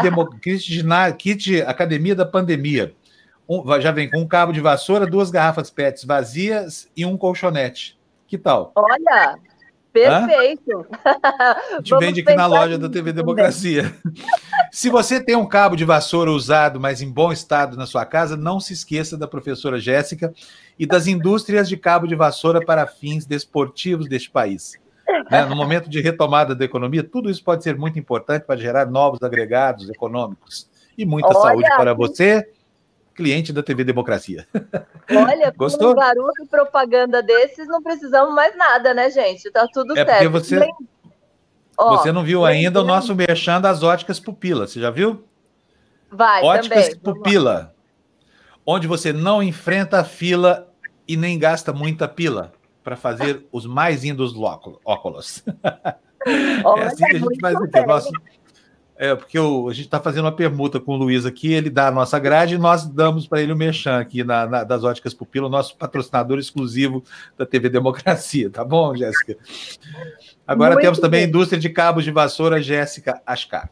Academia da Pandemia. Já vem com um cabo de vassoura, 2 garrafas PETs vazias e um colchonete. Que tal? Olha, perfeito. A gente vende aqui na loja da TV Democracia. Se você tem um cabo de vassoura usado, mas em bom estado na sua casa, não se esqueça da professora Jéssica e das indústrias de cabo de vassoura para fins desportivos deste país. Né? No momento de retomada da economia, tudo isso pode ser muito importante para gerar novos agregados econômicos e muita saúde para você, cliente da TV Democracia. Olha, com um garoto propaganda desses, não precisamos mais nada, né, gente? Tá tudo certo. Porque você não viu ainda o nosso merchan das óticas Pupila, você já viu? Vai, óticas também. Pupila, onde você não enfrenta a fila e nem gasta muita pila para fazer os mais lindos óculos. Olha, é assim que a gente faz aqui. Porque a gente está fazendo uma permuta com o Luiz aqui, ele dá a nossa grade e nós damos para ele o merchan aqui das óticas Pupila, o nosso patrocinador exclusivo da TV Democracia, tá bom, Jéssica? Agora temos também a indústria de cabos de vassoura, Jéssica Ascar.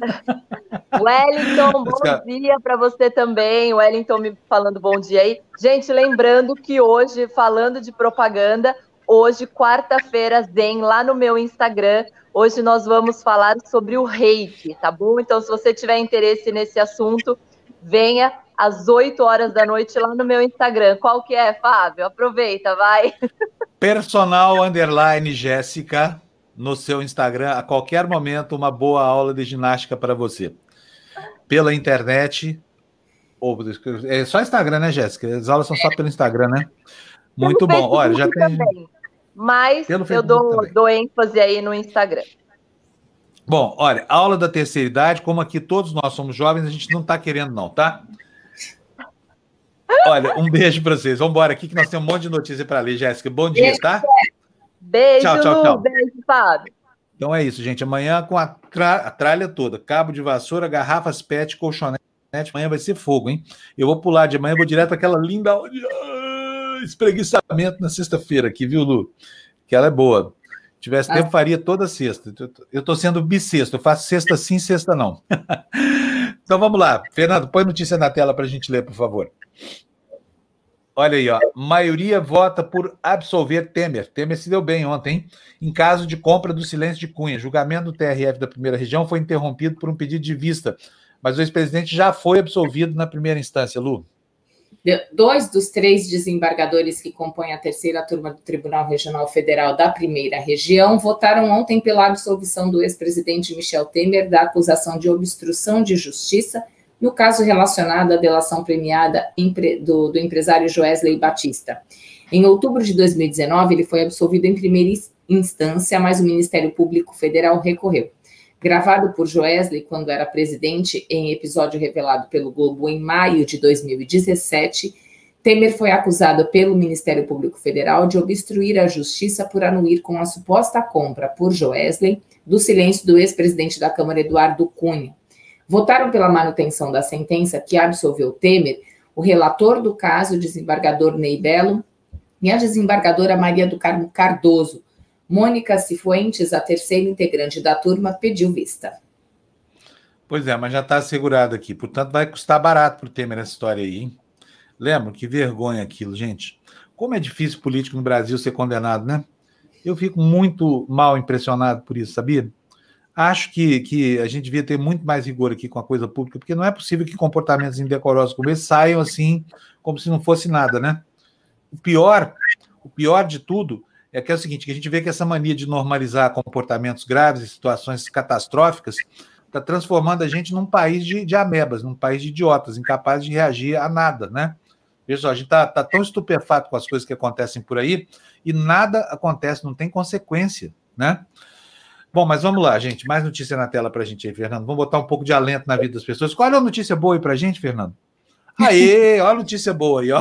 Wellington, bom dia para você também. Wellington me falando bom dia aí. Gente, lembrando que hoje, falando de propaganda, hoje, quarta-feira, Zen, lá no meu Instagram, hoje nós vamos falar sobre o reiki, tá bom? Então, se você tiver interesse nesse assunto, venha às 8 horas da noite lá no meu Instagram. Qual que é, Fábio? Aproveita, vai. Personal_Jéssica no seu Instagram, a qualquer momento, uma boa aula de ginástica para você. Pela internet, é só Instagram, né, Jéssica? As aulas são só pelo Instagram, né? Muito bom. Olha, já tem. Também. Mas eu dou ênfase aí no Instagram. Bom, olha, aula da terceira idade, como aqui todos nós somos jovens, a gente não está querendo, não, tá? Olha, um beijo para vocês. Vamos embora aqui que nós temos um monte de notícia para ler, Jéssica. Bom dia, tá? Beijo, tchau. Beijo, Fábio. Então é isso, gente. Amanhã com a tralha toda, cabo de vassoura, garrafas PET, colchonete. Amanhã vai ser fogo, hein? Eu vou pular de manhã, vou direto para aquela linda espreguiçamento na sexta-feira aqui, viu, Lu? Que ela é boa. Se tivesse tempo, faria toda sexta. Eu estou sendo bissexto, eu faço sexta sim, sexta não. Então vamos lá. Fernando, põe notícia na tela para a gente ler, por favor. Olha aí, ó. Maioria vota por absolver Temer. Temer se deu bem ontem, hein? Em caso de compra do silêncio de Cunha. Julgamento do TRF da primeira região foi interrompido por um pedido de vista, mas o ex-presidente já foi absolvido na primeira instância, Lu. 2 dos 3 desembargadores que compõem a terceira turma do Tribunal Regional Federal da primeira região votaram ontem pela absolvição do ex-presidente Michel Temer da acusação de obstrução de justiça no caso relacionado à delação premiada do empresário Joesley Batista. Em outubro de 2019, ele foi absolvido em primeira instância, mas o Ministério Público Federal recorreu. Gravado por Joesley quando era presidente, em episódio revelado pelo Globo em maio de 2017, Temer foi acusado pelo Ministério Público Federal de obstruir a justiça por anuir com a suposta compra por Joesley do silêncio do ex-presidente da Câmara, Eduardo Cunha. Votaram pela manutenção da sentença que absolveu Temer o relator do caso, o desembargador Ney Belo, e a desembargadora Maria do Carmo Cardoso. Mônica Cifuentes, a terceira integrante da turma, pediu vista. Pois é, mas já está assegurado aqui. Portanto, vai custar barato para o Temer essa história aí, hein? Lembra? Que vergonha aquilo, gente. Como é difícil político no Brasil ser condenado, né? Eu fico muito mal impressionado por isso, sabia? Acho que a gente devia ter muito mais rigor aqui com a coisa pública, porque não é possível que comportamentos indecorosos como esse saiam assim, como se não fosse nada, né? O pior de tudo é que é o seguinte, que a gente vê que essa mania de normalizar comportamentos graves e situações catastróficas está transformando a gente num país de amebas, num país de idiotas, incapazes de reagir a nada, né? Veja só, a gente está tão estupefato com as coisas que acontecem por aí e nada acontece, não tem consequência, né? Bom, mas vamos lá, gente. Mais notícia na tela para a gente aí, Fernando. Vamos botar um pouco de alento na vida das pessoas. Qual é a notícia boa aí para a gente, Fernando? Aê, olha a notícia boa aí, ó.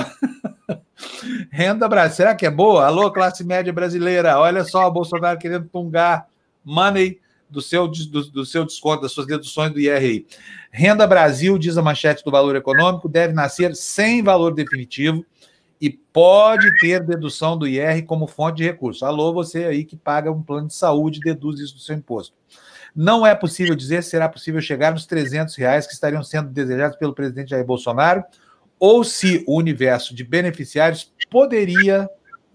Renda Brasil, será que é boa? Alô, classe média brasileira, olha só, o Bolsonaro querendo tungar money do seu desconto, das suas deduções do IRI. Renda Brasil, diz a manchete do Valor Econômico, deve nascer sem valor definitivo e pode ter dedução do IR como fonte de recurso. Alô, você aí que paga um plano de saúde e deduz isso do seu imposto. Não é possível dizer se será possível chegar nos R$300 que estariam sendo desejados pelo presidente Jair Bolsonaro ou se o universo de beneficiários poderia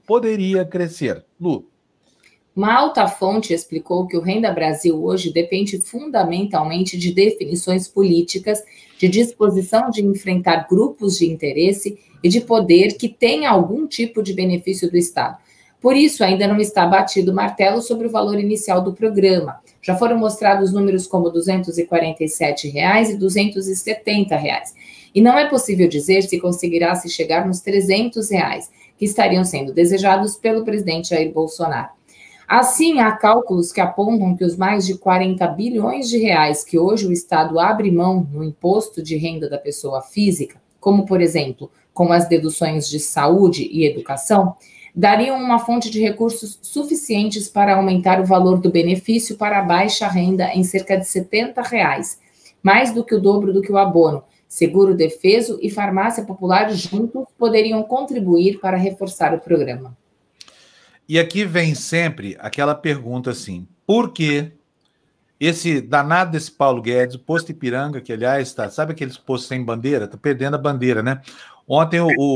crescer. Lu. Uma alta fonte explicou que o Renda Brasil hoje depende fundamentalmente de definições políticas, de disposição de enfrentar grupos de interesse e de poder que tenha algum tipo de benefício do Estado. Por isso, ainda não está batido o martelo sobre o valor inicial do programa. Já foram mostrados números como R$ 247 e R$ 270. E não é possível dizer se conseguirá se chegar nos R$ 300, que estariam sendo desejados pelo presidente Jair Bolsonaro. Assim, há cálculos que apontam que os mais de 40 bilhões de reais que hoje o Estado abre mão no imposto de renda da pessoa física, como, por exemplo, com as deduções de saúde e educação, dariam uma fonte de recursos suficientes para aumentar o valor do benefício para a baixa renda em cerca de R$ 70, mais do que o dobro do que o abono. Seguro Defeso e Farmácia Popular juntos poderiam contribuir para reforçar o programa. E aqui vem sempre aquela pergunta assim, por que esse danado desse Paulo Guedes, o posto Ipiranga, que aliás está, sabe aqueles postos sem bandeira? Está perdendo a bandeira, né? Ontem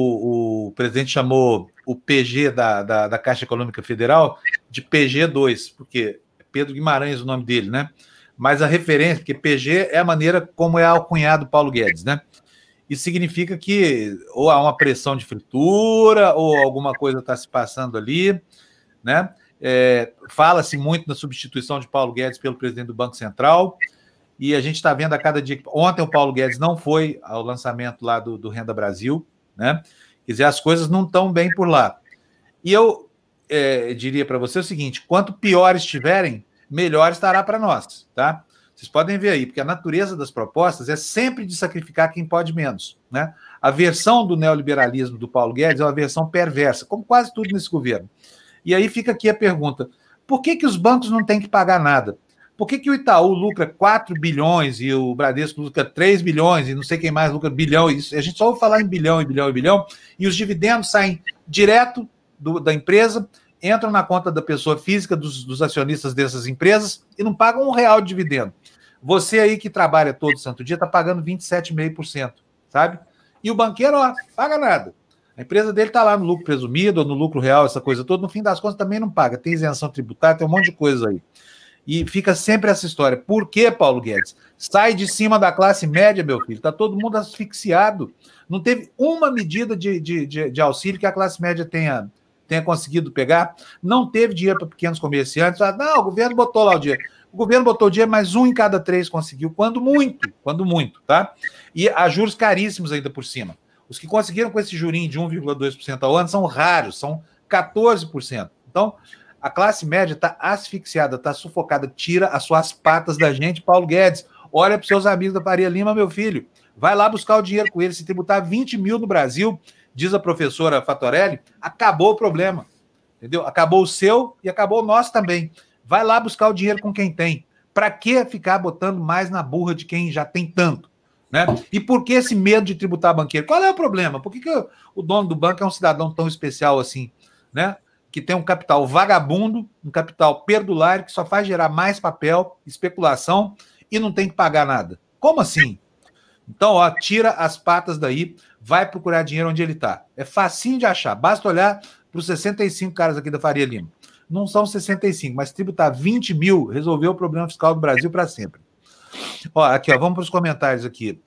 o presidente chamou o PG da Caixa Econômica Federal de PG2, porque é Pedro Guimarães o nome dele, né? Mas a referência, porque PG é a maneira como é alcunhado Paulo Guedes, né? Isso significa que ou há uma pressão de fritura, ou alguma coisa está se passando ali, né? Fala-se muito na substituição de Paulo Guedes pelo presidente do Banco Central, e a gente está vendo a cada dia... Ontem o Paulo Guedes não foi ao lançamento lá do Renda Brasil, né? Quer dizer, as coisas não estão bem por lá. E eu diria para você o seguinte, quanto pior estiverem, melhor estará para nós, tá? Vocês podem ver aí, porque a natureza das propostas é sempre de sacrificar quem pode menos, né? A versão do neoliberalismo do Paulo Guedes é uma versão perversa, como quase tudo nesse governo. E aí fica aqui a pergunta, por que os bancos não têm que pagar nada? Por que o Itaú lucra 4 bilhões e o Bradesco lucra 3 bilhões e não sei quem mais lucra bilhão? E a gente só ouve falar em bilhão, e os dividendos saem direto da empresa, entram na conta da pessoa física, dos acionistas dessas empresas e não pagam R$1 de dividendo. Você aí que trabalha todo santo dia está pagando 27,5%, sabe? E o banqueiro, ó, paga nada. A empresa dele está lá no lucro presumido ou no lucro real, essa coisa toda, no fim das contas também não paga. Tem isenção tributária, tem um monte de coisa aí. E fica sempre essa história. Por que, Paulo Guedes? Sai de cima da classe média, meu filho. Está todo mundo asfixiado. Não teve uma medida de auxílio que a classe média tenha conseguido pegar. Não teve dinheiro para pequenos comerciantes. Não, o governo botou lá o dinheiro. O governo botou o dinheiro, mas 1 em cada 3 conseguiu. Quando muito, tá? E a juros caríssimos ainda por cima. Os que conseguiram com esse jurinho de 1,2% ao ano são raros, são 14%. Então, a classe média está asfixiada, está sufocada. Tira as suas patas da gente, Paulo Guedes. Olha para os seus amigos da Faria Lima, meu filho. Vai lá buscar o dinheiro com eles. Se tributar 20 mil no Brasil, diz a professora Fatorelli, acabou o problema. Entendeu? Acabou o seu e acabou o nosso também. Vai lá buscar o dinheiro com quem tem. Para que ficar botando mais na burra de quem já tem tanto? Né? E por que esse medo de tributar banqueiro? Qual é o problema? Por que o dono do banco é um cidadão tão especial assim? Né? Que tem um capital vagabundo, um capital perdulário, que só faz gerar mais papel, especulação, e não tem que pagar nada. Como assim? Então, ó, tira as patas daí, vai procurar dinheiro onde ele está. É facinho de achar, basta olhar para os 65 caras aqui da Faria Lima. Não são 65, mas tributar 20 mil resolveu o problema fiscal do Brasil para sempre. Ó, aqui, ó, vamos para os comentários aqui.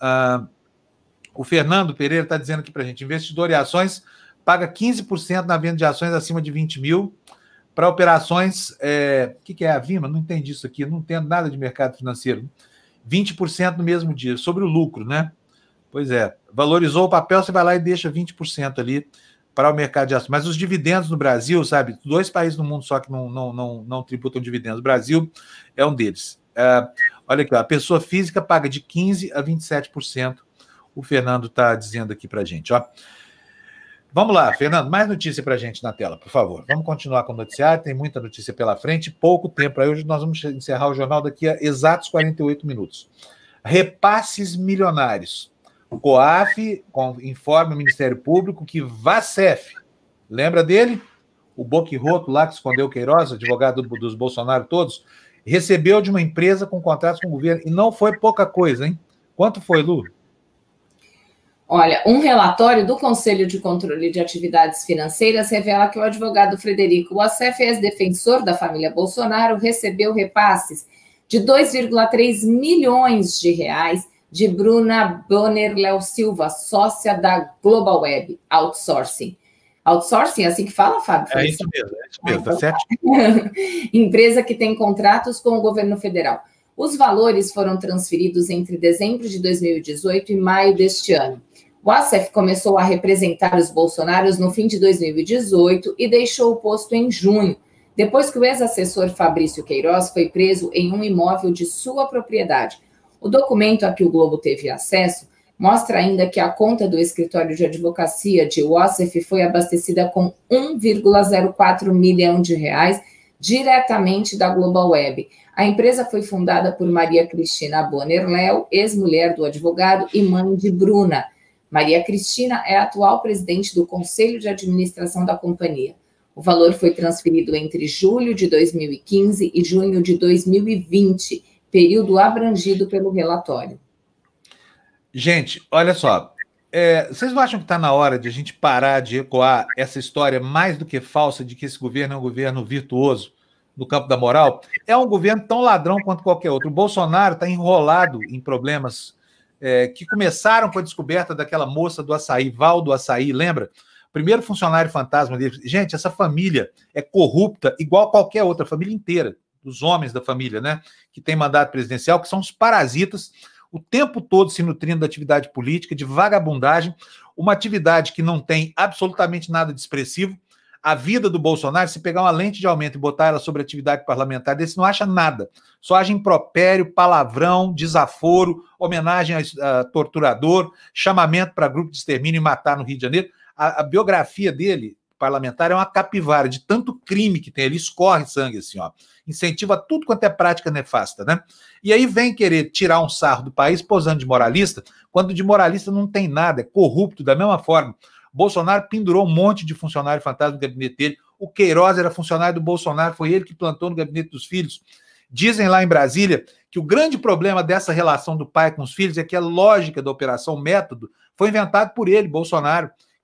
O Fernando Pereira está dizendo aqui para a gente, investidor em ações paga 15% na venda de ações acima de 20 mil para operações... O que é a Vima? Não entendi isso aqui, não entendo nada de mercado financeiro. 20% no mesmo dia, sobre o lucro, né? Pois é, valorizou o papel, você vai lá e deixa 20% ali para o mercado de ações. Mas os dividendos no Brasil, sabe, 2 países no mundo só que não tributam dividendos. O Brasil é um deles. Olha aqui, ó, a pessoa física paga de 15% a 27%. O Fernando está dizendo aqui para a gente, ó. Vamos lá, Fernando, mais notícia para a gente na tela, por favor. Vamos continuar com o noticiário, tem muita notícia pela frente, pouco tempo. Aí hoje nós vamos encerrar o jornal daqui a exatos 48 minutos. Repasses milionários. O COAF informa o Ministério Público que Vacef, lembra dele? O boquirroto lá que escondeu o Queiroz, advogado dos Bolsonaro todos, recebeu de uma empresa com contratos com o governo, e não foi pouca coisa, hein? Quanto foi, Lu? Olha, um relatório do Conselho de Controle de Atividades Financeiras revela que o advogado Frederico Wassef, ex-defensor da família Bolsonaro, recebeu repasses de 2,3 milhões de reais de Bruna Bonner Léo Silva, sócia da Global Web Outsourcing. Outsourcing, é assim que fala, Fábio? É isso mesmo, tá certo. Empresa que tem contratos com o governo federal. Os valores foram transferidos entre dezembro de 2018 e maio deste ano. O Wassef começou a representar os bolsonaros no fim de 2018 e deixou o posto em junho, depois que o ex-assessor Fabrício Queiroz foi preso em um imóvel de sua propriedade. O documento a que o Globo teve acesso mostra ainda que a conta do escritório de advocacia de Wassef foi abastecida com 1,04 milhão de reais diretamente da Global Web. A empresa foi fundada por Maria Cristina Bonner Léo, ex-mulher do advogado e mãe de Bruna. Maria Cristina é a atual presidente do Conselho de Administração da companhia. O valor foi transferido entre julho de 2015 e junho de 2020, período abrangido pelo relatório. Gente, olha só, vocês não acham que está na hora de a gente parar de ecoar essa história mais do que falsa de que esse governo é um governo virtuoso no campo da moral? É um governo tão ladrão quanto qualquer outro. O Bolsonaro está enrolado em problemas que começaram com a descoberta daquela moça do açaí, Val do Açaí, lembra? Primeiro funcionário fantasma dele. Gente, essa família é corrupta igual qualquer outra, família inteira, dos homens da família, né? Que tem mandato presidencial, que são os parasitas, o tempo todo se nutrindo da atividade política, de vagabundagem, uma atividade que não tem absolutamente nada de expressivo. A vida do Bolsonaro, se pegar uma lente de aumento e botar ela sobre a atividade parlamentar desse, não acha nada. Só acha impropério, palavrão, desaforo, homenagem a torturador, chamamento para grupo de extermínio e matar no Rio de Janeiro. A biografia dele, parlamentar, é uma capivara de tanto crime que tem. Ele escorre sangue assim, ó. Incentiva tudo quanto é prática nefasta, né? E aí vem querer tirar um sarro do país posando de moralista, quando de moralista não tem nada, é corrupto da mesma forma. Bolsonaro pendurou um monte de funcionário fantasma no gabinete dele. O Queiroz era funcionário do Bolsonaro, foi ele que plantou no gabinete dos filhos. Dizem lá em Brasília que o grande problema dessa relação do pai com os filhos é que a lógica da operação método foi inventada por ele, Bolsonaro,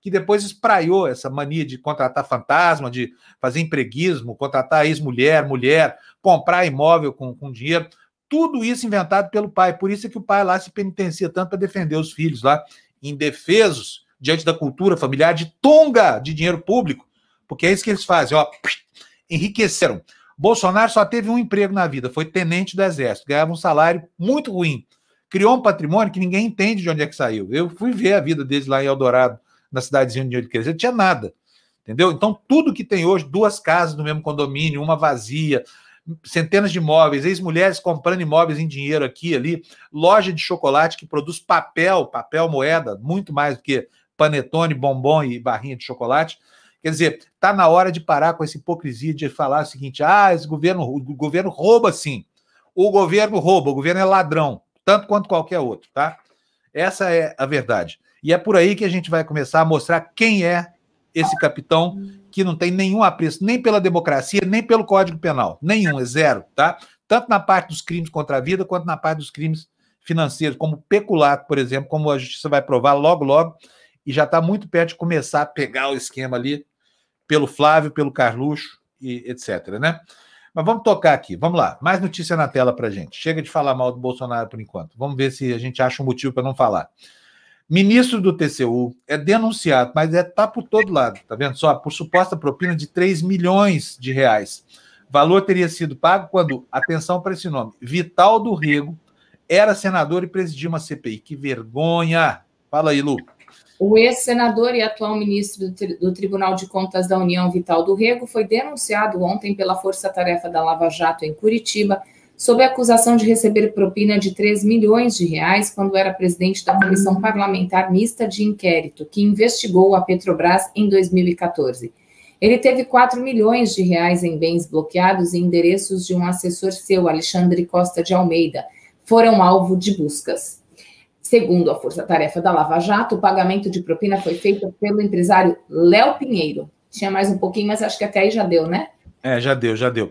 que depois espraiou essa mania de contratar fantasma, de fazer empreguismo, contratar ex-mulher, mulher, comprar imóvel com dinheiro. Tudo isso inventado pelo pai. Por isso é que o pai lá se penitencia tanto para defender os filhos lá, indefesos, diante da cultura familiar, de tunga de dinheiro público, porque é isso que eles fazem, ó, enriqueceram. Bolsonaro só teve um emprego na vida, foi tenente do Exército, ganhava um salário muito ruim, criou um patrimônio que ninguém entende de onde é que saiu. Eu fui ver a vida deles lá em Eldorado, na cidadezinha onde ele cresceu, não tinha nada, entendeu? Então, tudo que tem hoje, 2 casas no mesmo condomínio, uma vazia, centenas de imóveis, ex-mulheres comprando imóveis em dinheiro aqui e ali, loja de chocolate que produz papel, moeda, muito mais do que panetone, bombom e barrinha de chocolate. Quer dizer, está na hora de parar com essa hipocrisia de falar o seguinte, esse o governo rouba sim, o governo rouba, o governo é ladrão, tanto quanto qualquer outro, tá? Essa é a verdade. E é por aí que a gente vai começar a mostrar quem é esse capitão que não tem nenhum apreço, nem pela democracia, nem pelo Código Penal. Nenhum, é zero, tá? Tanto na parte dos crimes contra a vida, quanto na parte dos crimes financeiros, como peculato, por exemplo, como a justiça vai provar logo, logo, e já está muito perto de começar a pegar o esquema ali pelo Flávio, pelo Carluxo, e etc, né? Mas vamos tocar aqui, vamos lá. Mais notícia na tela pra gente. Chega de falar mal do Bolsonaro por enquanto. Vamos ver se a gente acha um motivo para não falar. Ministro do TCU é denunciado, mas tá por todo lado, tá vendo só? Por suposta propina de 3 milhões de reais. O valor teria sido pago quando, atenção para esse nome, Vital do Rego era senador e presidia uma CPI. Que vergonha! Fala aí, Lu. O ex-senador e atual ministro do Tribunal de Contas da União, Vital do Rego, foi denunciado ontem pela Força Tarefa da Lava Jato em Curitiba, sob a acusação de receber propina de 3 milhões de reais quando era presidente da Comissão Parlamentar Mista de Inquérito, que investigou a Petrobras em 2014. Ele teve 4 milhões de reais em bens bloqueados e endereços de um assessor seu, Alexandre Costa de Almeida, foram alvo de buscas. Segundo a Força Tarefa da Lava Jato, o pagamento de propina foi feito pelo empresário Léo Pinheiro. Tinha mais um pouquinho, mas acho que até aí já deu, né? Já deu.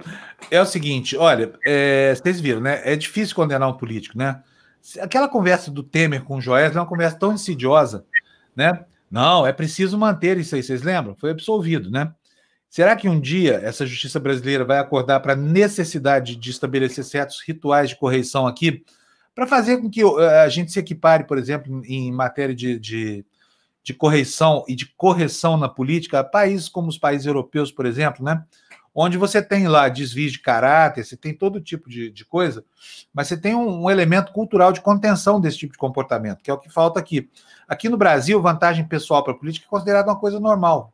É o seguinte, olha, vocês viram, né? É difícil condenar um político, né? Aquela conversa do Temer com o Joesley é uma conversa tão insidiosa, né? Não, é preciso manter isso aí, vocês lembram? Foi absolvido, né? Será que um dia essa justiça brasileira vai acordar para a necessidade de estabelecer certos rituais de correição aqui, para fazer com que a gente se equipare, por exemplo, em matéria de correição e de correção na política, a países como os países europeus, por exemplo, né? Onde você tem lá desvios de caráter, você tem todo tipo de coisa, mas você tem um elemento cultural de contenção desse tipo de comportamento, que é o que falta aqui. Aqui no Brasil, vantagem pessoal para a política é considerada uma coisa normal.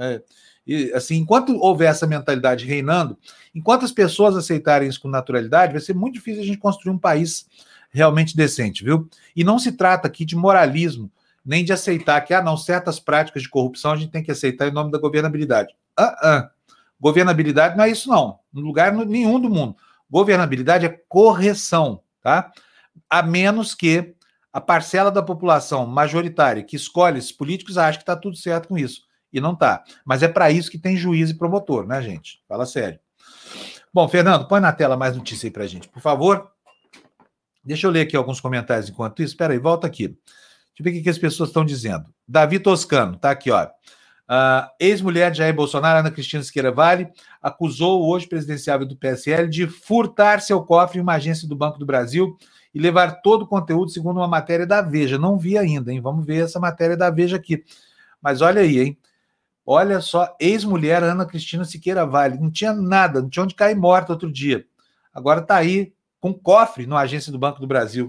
E, assim, enquanto houver essa mentalidade reinando, enquanto as pessoas aceitarem isso com naturalidade, vai ser muito difícil a gente construir um país realmente decente, viu? E não se trata aqui de moralismo, nem de aceitar que, certas práticas de corrupção a gente tem que aceitar em nome da governabilidade. Governabilidade não é isso, não. Em lugar nenhum do mundo. Governabilidade é correção, tá? A menos que a parcela da população majoritária que escolhe esses políticos ache que está tudo certo com isso. E não está. Mas é para isso que tem juiz e promotor, né, gente? Fala sério. Bom, Fernando, põe na tela mais notícia aí para a gente, por favor. Deixa eu ler aqui alguns comentários enquanto isso. Espera aí, volta aqui. Deixa eu ver o que as pessoas estão dizendo. Davi Toscano, tá aqui, ó. Ex-mulher de Jair Bolsonaro, Ana Cristina Siqueira Vale, acusou o hoje presidenciável do PSL de furtar seu cofre em uma agência do Banco do Brasil e levar todo o conteúdo segundo uma matéria da Veja. Não vi ainda, hein? Vamos ver essa matéria da Veja aqui. Mas olha aí, hein? Olha só, ex-mulher Ana Cristina Siqueira Vale. Não tinha nada, não tinha onde cair morta outro dia. Agora tá aí com cofre na agência do Banco do Brasil.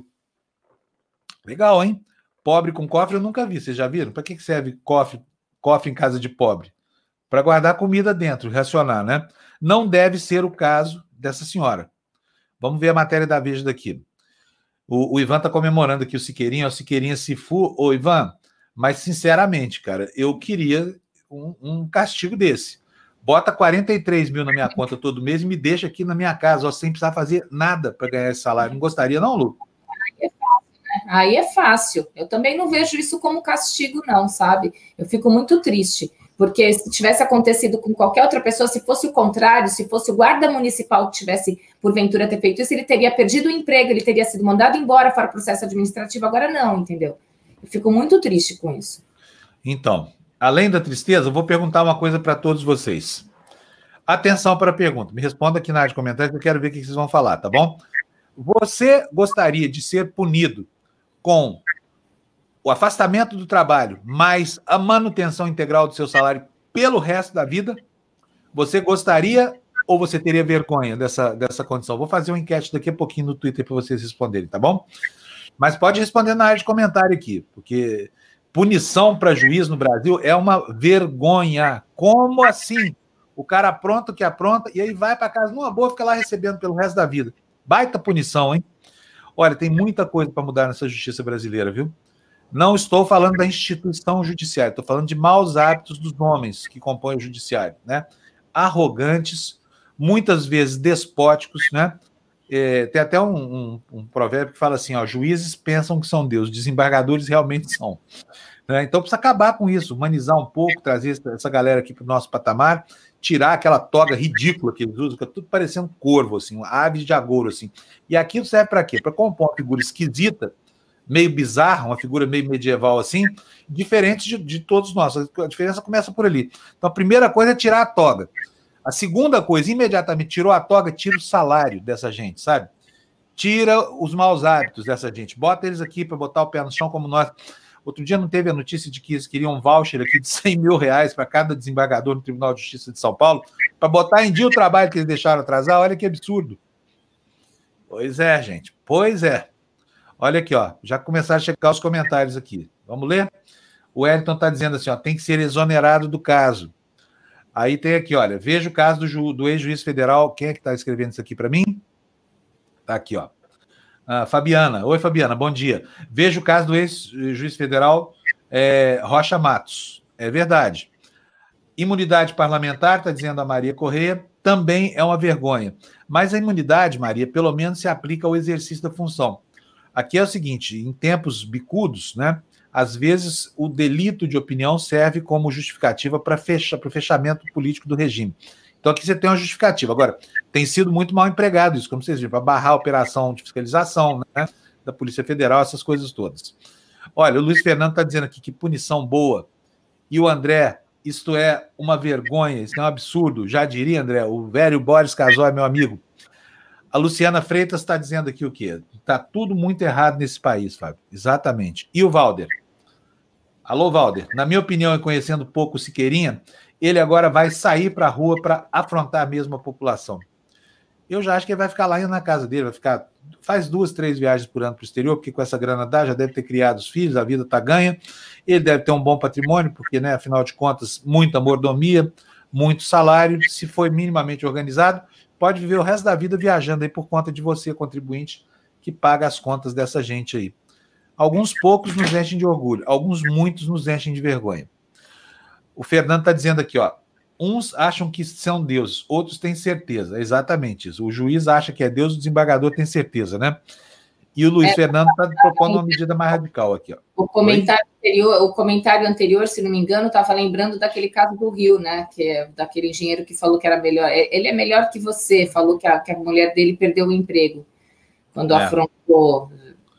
Legal, hein? Pobre com cofre eu nunca vi. Vocês já viram? Para que serve cofre em casa de pobre? Para guardar comida dentro, racionar, né? Não deve ser o caso dessa senhora. Vamos ver a matéria da Veja daqui. O Ivan está comemorando aqui o Siqueirinha Cifu. Ô, Ivan, mas sinceramente, cara, eu queria um castigo desse. Bota 43 mil na minha conta todo mês e me deixa aqui na minha casa, ó, sem precisar fazer nada para ganhar esse salário. Não gostaria, não, Lu? Aí é fácil. Eu também não vejo isso como castigo, não, sabe? Eu fico muito triste, porque se tivesse acontecido com qualquer outra pessoa, se fosse o contrário, se fosse o guarda municipal que tivesse, porventura, ter feito isso, ele teria perdido o emprego, ele teria sido mandado embora para o processo administrativo, agora não, entendeu? Eu fico muito triste com isso. Então, além da tristeza, eu vou perguntar uma coisa para todos vocês. Atenção para a pergunta. Me responda aqui na área de comentários que eu quero ver o que vocês vão falar, tá bom? Você gostaria de ser punido com o afastamento do trabalho, mais a manutenção integral do seu salário pelo resto da vida? Você gostaria ou você teria vergonha dessa condição? Vou fazer uma enquete daqui a pouquinho no Twitter para vocês responderem, tá bom? Mas pode responder na área de comentário aqui, porque punição para juiz no Brasil é uma vergonha. Como assim? O cara apronta o que apronta e aí vai para casa numa boa, fica lá recebendo pelo resto da vida. Baita punição, hein? Olha, tem muita coisa para mudar nessa justiça brasileira, viu? Não estou falando da instituição judiciária, estou falando de maus hábitos dos homens que compõem o judiciário, né? Arrogantes, muitas vezes despóticos, né? Tem até um provérbio que fala assim, ó, juízes pensam que são Deus, desembargadores realmente são. Né? Então precisa acabar com isso, humanizar um pouco, trazer essa galera aqui para o nosso patamar, tirar aquela toga ridícula que eles usam, fica tudo parecendo corvo, assim, uma ave de agouro, assim. E aquilo serve para quê? Para compor uma figura esquisita, meio bizarra, uma figura meio medieval, assim, diferente de todos nós. A diferença começa por ali. Então a primeira coisa é tirar a toga. A segunda coisa, imediatamente tirou a toga, tira o salário dessa gente, sabe? Tira os maus hábitos dessa gente. Bota eles aqui para botar o pé no chão como nós. Outro dia não teve a notícia de que eles queriam um voucher aqui de R$100 mil para cada desembargador no Tribunal de Justiça de São Paulo para botar em dia o trabalho que eles deixaram atrasar. Olha que absurdo. Pois é, gente. Pois é. Olha aqui, ó. Já começaram a chegar os comentários aqui. Vamos ler? O Wellington está dizendo assim, ó, tem que ser exonerado do caso. Aí tem aqui, olha, veja o caso do ex-juiz federal. Quem é que está escrevendo isso aqui para mim? Está aqui, ó. Fabiana. Oi, Fabiana, bom dia. Veja o caso do ex-juiz federal Rocha Matos. É verdade. Imunidade parlamentar, está dizendo a Maria Correia, também é uma vergonha. Mas a imunidade, Maria, pelo menos se aplica ao exercício da função. Aqui é o seguinte, em tempos bicudos, né? Às vezes o delito de opinião serve como justificativa para o fechamento político do regime. Então aqui você tem uma justificativa. Agora, tem sido muito mal empregado isso, como vocês viram, para barrar a operação de fiscalização, né, da Polícia Federal, essas coisas todas. Olha, o Luiz Fernando está dizendo aqui que punição boa. E o André, isto é uma vergonha, isso é um absurdo. Já diria, André, o velho Boris Casoy, meu amigo. A Luciana Freitas está dizendo aqui o quê? Está tudo muito errado nesse país, Fábio. Exatamente. E o Valder? Alô, Valder. Na minha opinião, e conhecendo pouco o Siqueirinha, ele agora vai sair para a rua para afrontar mesmo a população. Eu já acho que ele vai ficar lá indo na casa dele, faz 2, 3 viagens por ano para o exterior, porque com essa grana já deve ter criado os filhos, a vida está ganha, ele deve ter um bom patrimônio, porque, né, afinal de contas, muita mordomia, muito salário, se for minimamente organizado, pode viver o resto da vida viajando aí por conta de você, contribuinte, que paga as contas dessa gente aí. Alguns poucos nos enchem de orgulho, alguns muitos nos enchem de vergonha. O Fernando está dizendo aqui, ó, uns acham que são deuses, outros têm certeza. É exatamente isso. O juiz acha que é Deus, o desembargador tem certeza, né? E o Luiz Fernando está propondo uma medida mais radical aqui, ó. O comentário anterior, se não me engano, estava lembrando daquele caso do Rio, né? Que é daquele engenheiro que falou que era melhor. Ele é melhor que você, falou que a mulher dele perdeu o emprego quando afrontou.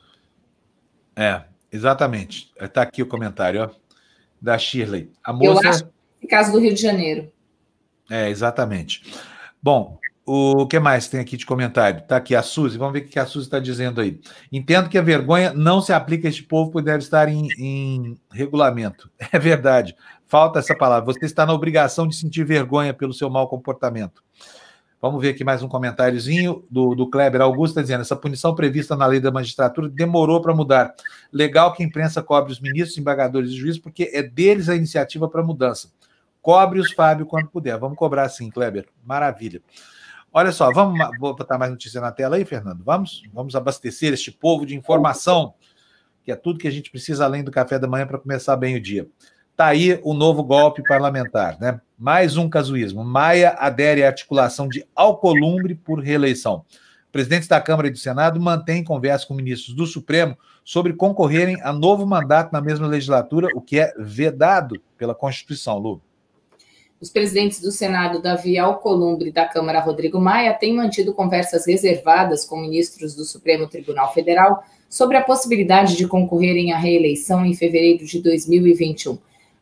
Exatamente. Está aqui o comentário, ó, da Shirley. A moça... Eu acho que esse caso do Rio de Janeiro. Exatamente. Bom, o que mais tem aqui de comentário? Está aqui a Suzy, vamos ver o que a Suzy está dizendo aí. Entendo que a vergonha não se aplica a este povo, pois deve estar em regulamento. É verdade, falta essa palavra. Você está na obrigação de sentir vergonha pelo seu mau comportamento. Vamos ver aqui mais um comentáriozinho do Kleber Augusto, tá dizendo, essa punição prevista na lei da magistratura demorou para mudar. Legal que a imprensa cobre os ministros, embargadores e juízes, porque é deles a iniciativa para a mudança. Cobre-os, Fábio, quando puder. Vamos cobrar sim, Kleber. Maravilha. Olha só, vou botar mais notícia na tela aí, Fernando? Vamos abastecer este povo de informação, que é tudo que a gente precisa além do café da manhã para começar bem o dia. Está aí o novo golpe parlamentar, né? Mais um casuísmo. Maia adere à articulação de Alcolumbre por reeleição. Presidentes da Câmara e do Senado mantêm conversa com ministros do Supremo sobre concorrerem a novo mandato na mesma legislatura, o que é vedado pela Constituição, Lu. Os presidentes do Senado, Davi Alcolumbre, e da Câmara, Rodrigo Maia, têm mantido conversas reservadas com ministros do Supremo Tribunal Federal sobre a possibilidade de concorrerem à reeleição em fevereiro de 2021.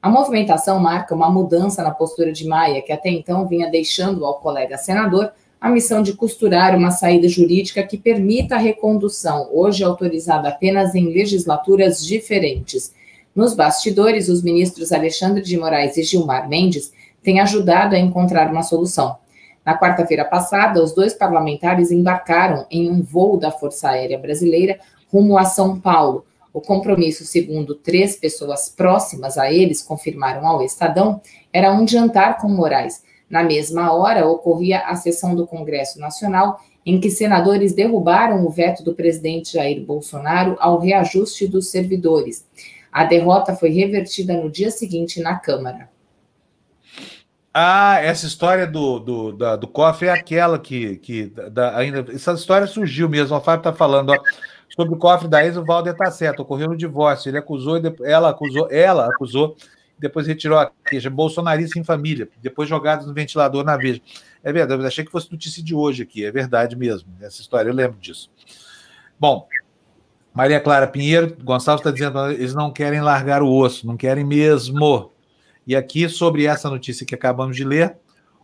A movimentação marca uma mudança na postura de Maia, que até então vinha deixando ao colega senador a missão de costurar uma saída jurídica que permita a recondução, hoje autorizada apenas em legislaturas diferentes. Nos bastidores, os ministros Alexandre de Moraes e Gilmar Mendes têm ajudado a encontrar uma solução. Na quarta-feira passada, os dois parlamentares embarcaram em um voo da Força Aérea Brasileira rumo a São Paulo. O compromisso, segundo 3 pessoas próximas a eles, confirmaram ao Estadão, era um jantar com Moraes. Na mesma hora, ocorria a sessão do Congresso Nacional, em que senadores derrubaram o veto do presidente Jair Bolsonaro ao reajuste dos servidores. A derrota foi revertida no dia seguinte na Câmara. Ah, essa história do cofre é aquela ainda. Essa história surgiu mesmo. O Fábio está falando, ó, sobre o cofre da ex, o Valder está certo. Ocorreu no divórcio. Ele acusou, ela acusou, depois retirou a queixa. Bolsonarista em família, depois jogados no ventilador na Veja. É verdade, eu achei que fosse notícia de hoje aqui. É verdade mesmo. Essa história, eu lembro disso. Bom, Maria Clara Pinheiro, Gonçalves está dizendo que eles não querem largar o osso, não querem mesmo. E aqui, sobre essa notícia que acabamos de ler,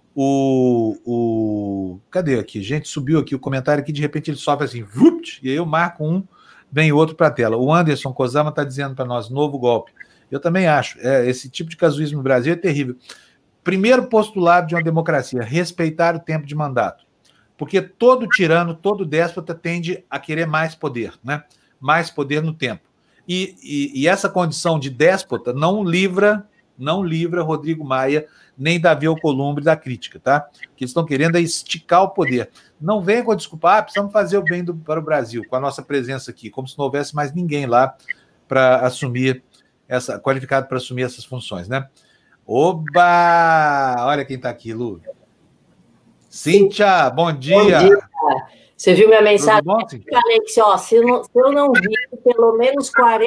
cadê aqui? Gente, subiu aqui o comentário aqui, de repente ele sofre assim, vupt, e aí eu marco um, vem outro para a tela. O Anderson Kozama está dizendo para nós, novo golpe. Eu também acho, esse tipo de casuísmo no Brasil é terrível. Primeiro postulado de uma democracia, respeitar o tempo de mandato. Porque todo tirano, todo déspota tende a querer mais poder, né? Mais poder no tempo. E essa condição de déspota não livra Rodrigo Maia nem Davi Alcolumbre da crítica, tá? O que eles estão querendo é esticar o poder. Não venha com a desculpa, precisamos fazer o bem para o Brasil, com a nossa presença aqui, como se não houvesse mais ninguém lá para assumir qualificado para assumir essas funções, né? Oba! Olha quem está aqui, Lu. Cíntia, bom dia. Bom dia. Você viu minha mensagem? Bom, Alex, ó, se eu não vi pelo menos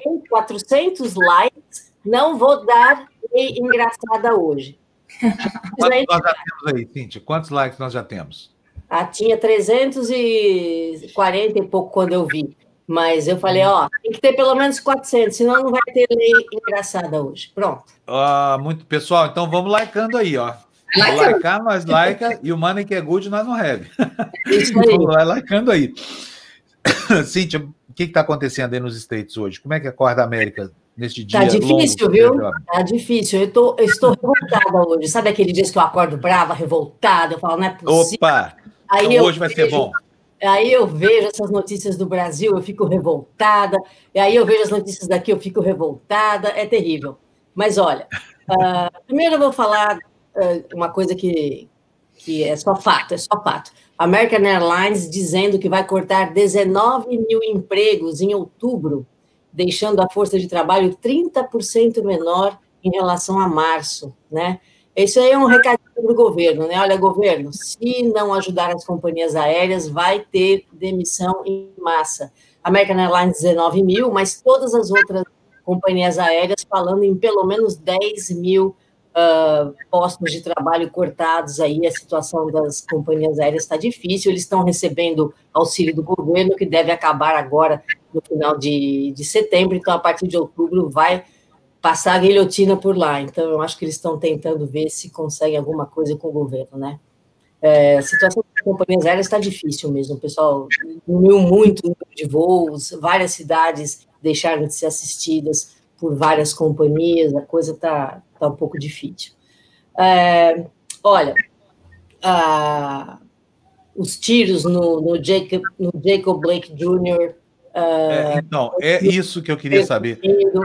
400 likes, não vou dar engraçada hoje. Quantos nós já temos aí, Cíntia? Quantos likes nós já temos? Tinha 340 e pouco quando eu vi. Mas eu falei, ó, tem que ter pelo menos 400, senão não vai ter lei engraçada hoje. Pronto. Muito, pessoal, então vamos likeando aí, ó. Likear, nós like, e o Money que é good, nós não have. Isso aí. Vamos lá, likeando aí. Cíntia, o que está acontecendo aí nos States hoje? Como é que acorda a América neste dia? Tá difícil, longo, viu? Tá difícil. Eu estou revoltada hoje. Sabe aquele dia que eu acordo brava, revoltada? Eu falo, não é possível. Opa! Aí então hoje vai ser bom. Aí eu vejo essas notícias do Brasil, eu fico revoltada. E aí eu vejo as notícias daqui, eu fico revoltada. É terrível. Mas olha, primeiro eu vou falar uma coisa que é só fato, American Airlines dizendo que vai cortar 19 mil empregos em outubro, deixando a força de trabalho 30% menor em relação a março, né? Isso aí é um recadinho do governo, né? Olha, governo, se não ajudar as companhias aéreas, vai ter demissão em massa. American Airlines 19 mil, mas todas as outras companhias aéreas falando em pelo menos 10 mil postos de trabalho cortados aí. A situação das companhias aéreas está difícil, eles estão recebendo auxílio do governo, que deve acabar agora no final de setembro, então a partir de outubro vai passar a guilhotina por lá. Então eu acho que eles estão tentando ver se conseguem alguma coisa com o governo, né? A situação das companhias aéreas está difícil mesmo, o pessoal diminuiu muito o número de voos, várias cidades deixaram de ser assistidas por várias companhias, a coisa está um pouco difícil. Olha, os tiros no Jacob Blake Jr. Então, é isso que eu queria saber.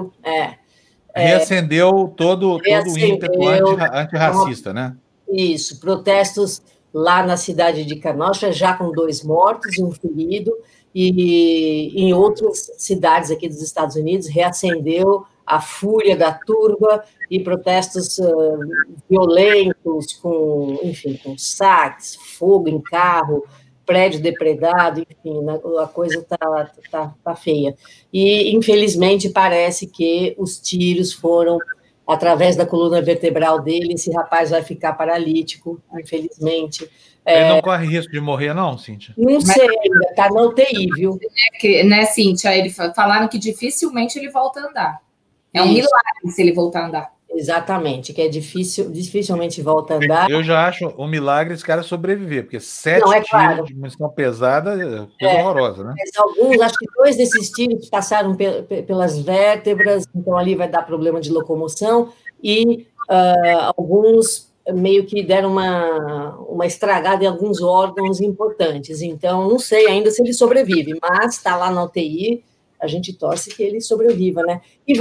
Reacendeu todo o ímpeto antirracista, né? Isso, protestos lá na cidade de Kenosha, já com 2 mortos e um ferido, e em outras cidades aqui dos Estados Unidos reacendeu a fúria da turba e protestos violentos, com saques, fogo em carro, prédio depredado, enfim, a coisa tá feia. E, infelizmente, parece que os tiros foram através da coluna vertebral dele, esse rapaz vai ficar paralítico, infelizmente. Ele não corre risco de morrer, não, Cíntia? Não sei, ainda está na UTI, viu? Né, Cíntia? Falaram que dificilmente ele volta a andar. É um milagre se ele voltar a andar. Exatamente, que é dificilmente volta a andar. Eu já acho um milagre esse cara sobreviver, porque 7 claro. tiros de munição pesada é coisa horrorosa, né? Mas alguns, acho que 2 desses tiros passaram pelas vértebras, então ali vai dar problema de locomoção, e alguns meio que deram uma estragada em alguns órgãos importantes. Então, não sei ainda se ele sobrevive, mas está lá na UTI, a gente torce que ele sobreviva, né? E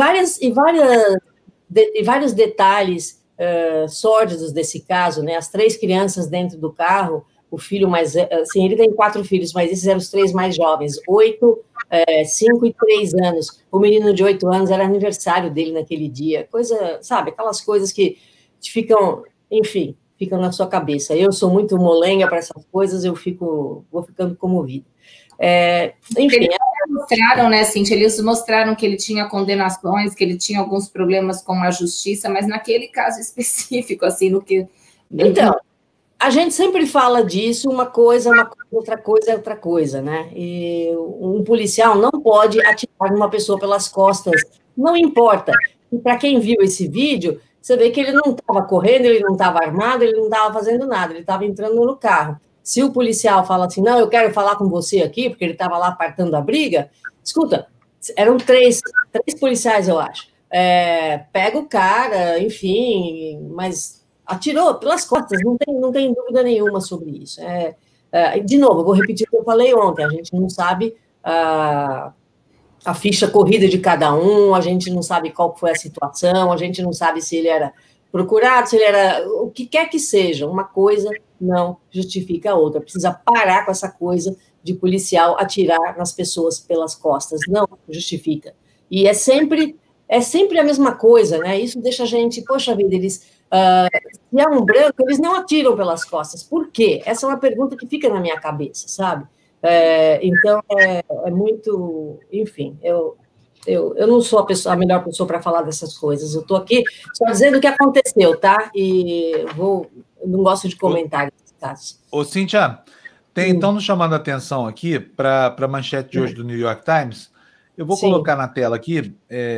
vários detalhes sórdidos desse caso, né? As 3 crianças dentro do carro, o filho mais... Assim, ele tem 4 filhos, mas esses eram os 3 mais jovens, 8, 5 e 3 anos. O menino de 8 anos era aniversário dele naquele dia. Coisa, sabe? Aquelas coisas que ficam, enfim, ficam na sua cabeça. Eu sou muito molenga para essas coisas, vou ficando comovida. Enfim. Eles mostraram, né, Cíntia? Eles mostraram que ele tinha condenações, que ele tinha alguns problemas com a justiça, mas naquele caso específico, assim, no que... Então, a gente sempre fala disso, uma coisa, outra coisa é outra coisa, né? E um policial não pode atirar uma pessoa pelas costas, não importa. E para quem viu esse vídeo, você vê que ele não estava correndo, ele não estava armado, ele não estava fazendo nada, ele estava entrando no carro. Se o policial fala assim, não, eu quero falar com você aqui, porque ele estava lá apartando a briga, escuta, eram três policiais, eu acho. Pega o cara, enfim, mas atirou pelas costas, não tem dúvida nenhuma sobre isso. De novo, eu vou repetir o que eu falei ontem, a gente não sabe a ficha corrida de cada um, a gente não sabe qual foi a situação, a gente não sabe se ele era procurado, se ele era... O que quer que seja, uma coisa não justifica a outra. Precisa parar com essa coisa de policial atirar nas pessoas pelas costas. Não justifica. E é sempre a mesma coisa, né? Isso deixa a gente... Poxa vida, eles... se é um branco, eles não atiram pelas costas. Por quê? Essa é uma pergunta que fica na minha cabeça, sabe? Então, é muito... Enfim, eu não sou a melhor pessoa para falar dessas coisas. Eu estou aqui só dizendo o que aconteceu, tá? E eu não gosto de comentários nesse caso. Ô, Cíntia, então nos chamando a atenção aqui para a manchete de hoje do New York Times. Eu vou colocar na tela aqui,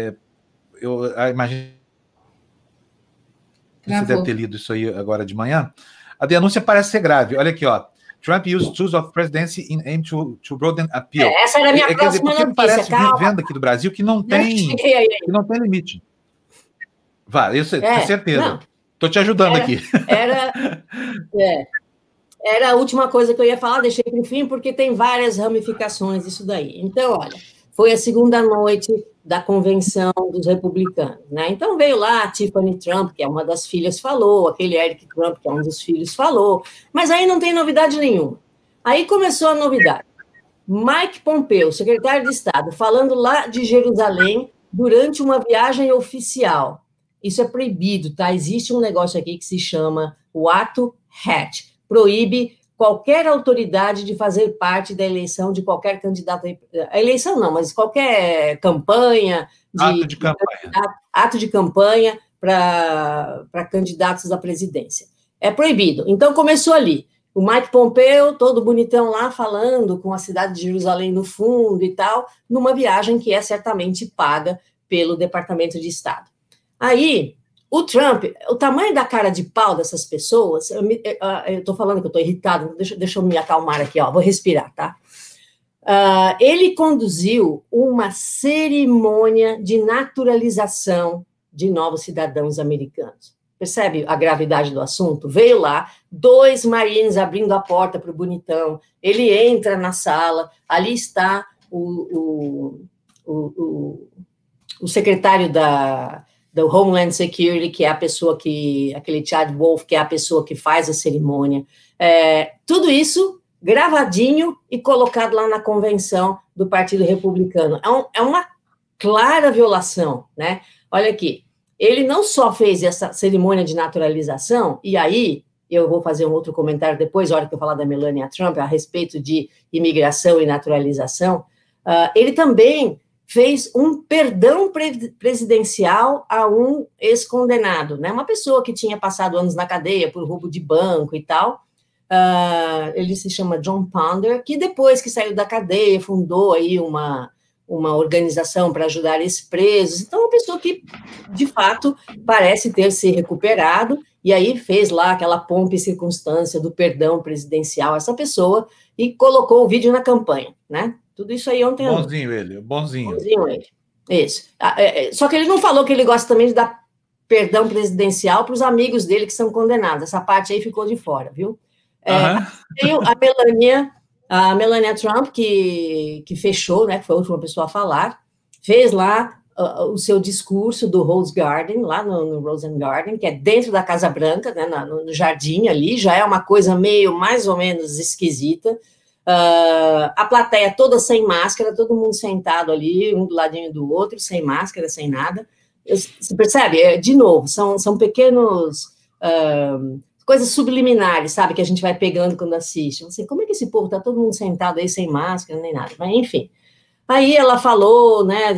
eu imagino que você deve ter lido isso aí agora de manhã. A denúncia parece ser grave. Olha aqui, ó. Trump used tools of presidency in aim to broaden appeal. Essa era a minha próxima notícia. Parece vendo aqui do Brasil que não tem limite. Vá, eu sei, tenho certeza. Estou te ajudando aqui. Era a última coisa que eu ia falar, deixei para o fim, porque tem várias ramificações disso daí. Então, olha, foi a segunda noite da convenção dos republicanos, né? Então veio lá a Tiffany Trump, que é uma das filhas, falou, aquele Eric Trump, que é um dos filhos, falou, mas aí não tem novidade nenhuma. Aí começou a novidade. Mike Pompeo, secretário de Estado, falando lá de Jerusalém durante uma viagem oficial. Isso é proibido, tá? Existe um negócio aqui que se chama o Ato Hatch, proíbe qualquer autoridade de fazer parte da eleição de qualquer candidato. A eleição não, mas qualquer campanha. Ato de campanha para candidatos à presidência. É proibido. Então, começou ali. O Mike Pompeo, todo bonitão lá, falando com a cidade de Jerusalém no fundo e tal, numa viagem que é certamente paga pelo Departamento de Estado. Aí... O Trump, o tamanho da cara de pau dessas pessoas, eu estou falando que eu estou irritado, deixa eu me acalmar aqui, ó, vou respirar, tá? Ele conduziu uma cerimônia de naturalização de novos cidadãos americanos. Percebe a gravidade do assunto? Veio lá, 2 marines abrindo a porta para o bonitão, ele entra na sala, ali está o secretário do Homeland Security, que é a pessoa aquele Chad Wolf, que é a pessoa que faz a cerimônia. Tudo isso gravadinho e colocado lá na convenção do Partido Republicano. É uma clara violação, né? Olha aqui, ele não só fez essa cerimônia de naturalização, e aí eu vou fazer um outro comentário depois, na hora que eu falar da Melania Trump, a respeito de imigração e naturalização, ele também fez um perdão presidencial a um ex-condenado, né? Uma pessoa que tinha passado anos na cadeia por roubo de banco e tal. Ele se chama John Ponder, que depois que saiu da cadeia fundou aí uma uma organização para ajudar esses presos. Então, uma pessoa que, de fato, parece ter se recuperado, e aí fez lá aquela pompa e circunstância do perdão presidencial a essa pessoa e colocou o vídeo na campanha, né? Tudo isso aí ontem. Bonzinho ele, bonzinho. Bonzinho ele. Isso. Só que ele não falou que ele gosta também de dar perdão presidencial para os amigos dele que são condenados. Essa parte aí ficou de fora, viu? Tem a Melania Trump, que fechou, né? Que foi a última pessoa a falar, fez lá o seu discurso do Rose Garden, lá no Rosen Garden, que é dentro da Casa Branca, né, no jardim ali, já é uma coisa meio, mais ou menos, esquisita. A plateia toda sem máscara, todo mundo sentado ali, um do ladinho do outro, sem máscara, sem nada. Você percebe? De novo, são pequenos... coisas subliminares, sabe, que a gente vai pegando quando assiste. Assim, como é que esse povo está todo mundo sentado aí sem máscara, nem nada? Mas, enfim. Aí ela falou, né,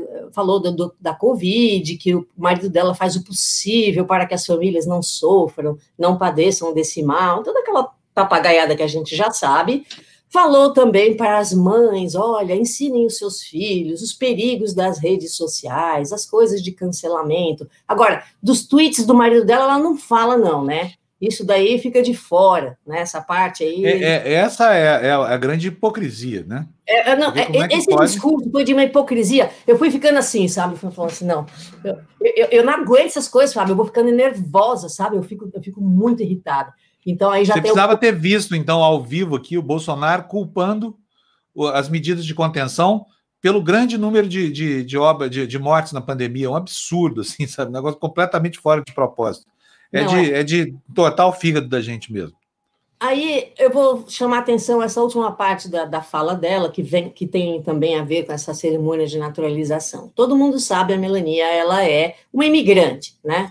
da Covid, que o marido dela faz o possível para que as famílias não sofram, não padeçam desse mal, toda aquela papagaiada que a gente já sabe. Falou também para as mães, olha, ensinem os seus filhos os perigos das redes sociais, as coisas de cancelamento. Agora, dos tweets do marido dela, ela não fala não, né? Isso daí fica de fora, né? Essa parte aí... Essa é a grande hipocrisia, né? Esse discurso foi de uma hipocrisia. Eu fui ficando assim, sabe? Eu fui falando assim, não, eu não aguento essas coisas, sabe? Eu vou ficando nervosa, sabe? Eu fico muito irritada. Então, aí já Você precisava ter visto, então, ao vivo aqui, o Bolsonaro culpando as medidas de contenção pelo grande número de mortes na pandemia. É um absurdo, assim, sabe? Um negócio completamente fora de propósito. É de total fígado da gente mesmo. Aí eu vou chamar a atenção essa última parte da fala dela, que tem também a ver com essa cerimônia de naturalização. Todo mundo sabe, a Melania, ela é uma imigrante, né?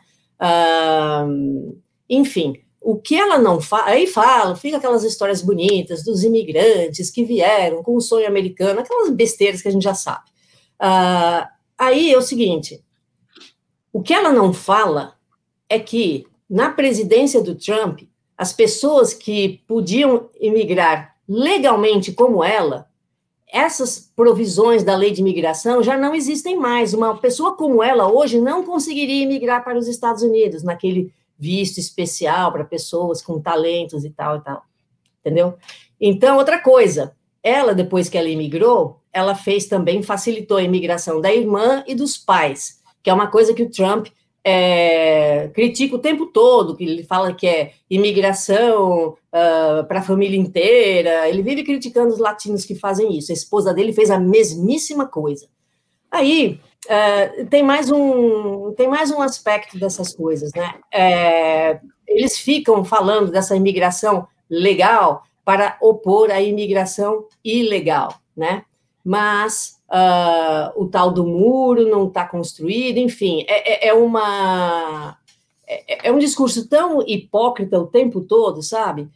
Enfim, o que ela não fala... Aí fica aquelas histórias bonitas dos imigrantes que vieram com o sonho americano, aquelas besteiras que a gente já sabe. Aí é o seguinte, o que ela não fala é que, na presidência do Trump, as pessoas que podiam imigrar legalmente como ela, essas provisões da lei de imigração já não existem mais. Uma pessoa como ela hoje não conseguiria imigrar para os Estados Unidos, naquele visto especial para pessoas com talentos e tal, entendeu? Então, outra coisa, ela, depois que ela imigrou, ela facilitou a imigração da irmã e dos pais, que é uma coisa que o Trump critica o tempo todo, que ele fala que é imigração para a família inteira, ele vive criticando os latinos que fazem isso, a esposa dele fez a mesmíssima coisa. Aí, tem mais um aspecto dessas coisas, né? Eles ficam falando dessa imigração legal para opor a imigração ilegal, né? Mas o tal do muro não está construído, enfim, é um discurso tão hipócrita o tempo todo, sabe?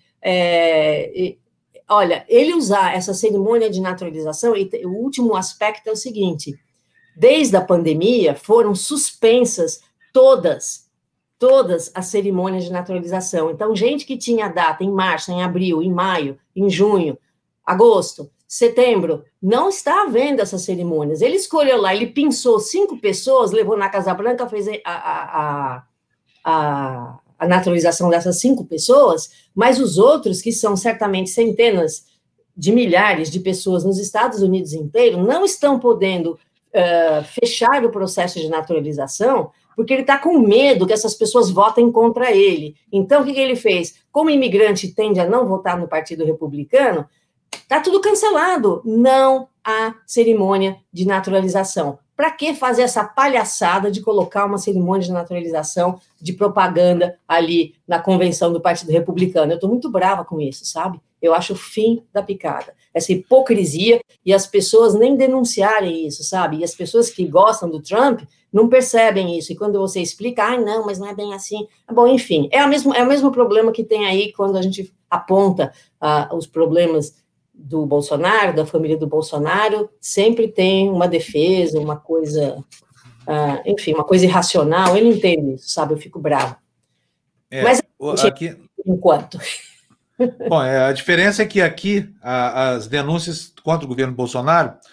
Olha, ele usar essa cerimônia de naturalização, e o último aspecto é o seguinte: desde a pandemia foram suspensas todas as cerimônias de naturalização. Então, gente que tinha data em março, em abril, em maio, em junho, agosto, setembro, não está havendo essas cerimônias. Ele escolheu lá, ele pinçou 5 pessoas, levou na Casa Branca, fez a naturalização dessas 5 pessoas, mas os outros, que são certamente centenas de milhares de pessoas nos Estados Unidos inteiro, não estão podendo fechar o processo de naturalização, porque ele está com medo que essas pessoas votem contra ele. Então, o que ele fez? Como imigrante tende a não votar no Partido Republicano, está tudo cancelado. Não há cerimônia de naturalização. Para que fazer essa palhaçada de colocar uma cerimônia de naturalização de propaganda ali na convenção do Partido Republicano? Eu estou muito brava com isso, sabe? Eu acho o fim da picada. Essa hipocrisia e as pessoas nem denunciarem isso, sabe? E as pessoas que gostam do Trump não percebem isso. E quando você explica, não, mas não é bem assim. Bom, enfim, é o mesmo problema que tem aí quando a gente aponta os problemas do Bolsonaro, da família do Bolsonaro, sempre tem uma defesa, uma coisa, enfim, uma coisa irracional. Eu não entendo isso, sabe? Eu fico bravo. Mas aqui, enquanto... Bom, a diferença é que aqui as denúncias contra o governo Bolsonaro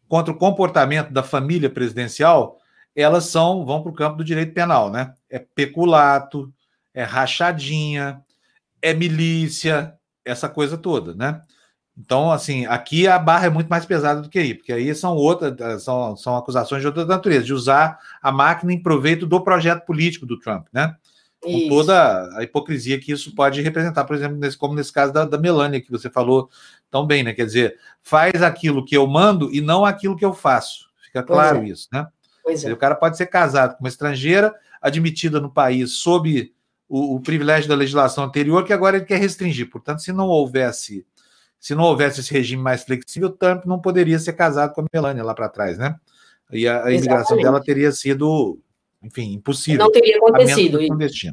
contra o comportamento da família presidencial, elas vão para o campo do direito penal, né? É peculato, é rachadinha, é milícia, essa coisa toda, né? Então, assim, aqui a barra é muito mais pesada do que aí, porque aí são acusações de outra natureza, de usar a máquina em proveito do projeto político do Trump, né? Com toda a hipocrisia que isso pode representar, por exemplo, como nesse caso da Melania, que você falou tão bem, né? Quer dizer, faz aquilo que eu mando e não aquilo que eu faço. Fica claro isso, né? O cara pode ser casado com uma estrangeira, admitida no país sob o privilégio da legislação anterior, que agora ele quer restringir. Portanto, se não houvesse esse regime mais flexível, Trump não poderia ser casado com a Melania lá para trás, né? E a imigração dela teria sido, enfim, impossível. Não teria acontecido. Clandestino.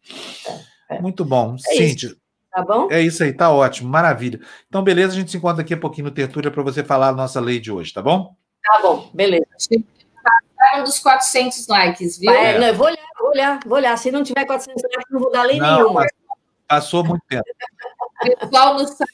Muito bom. Cíntia, tá bom? É isso aí, tá ótimo, maravilha. Então, beleza, a gente se encontra aqui um pouquinho no Tertúlia para você falar a nossa lei de hoje, tá bom? Tá bom, beleza. Passaram dos 400 likes, viu? Não, eu vou olhar. Se não tiver 400 likes, não vou dar lei nenhuma. Passou muito tempo. O pessoal no site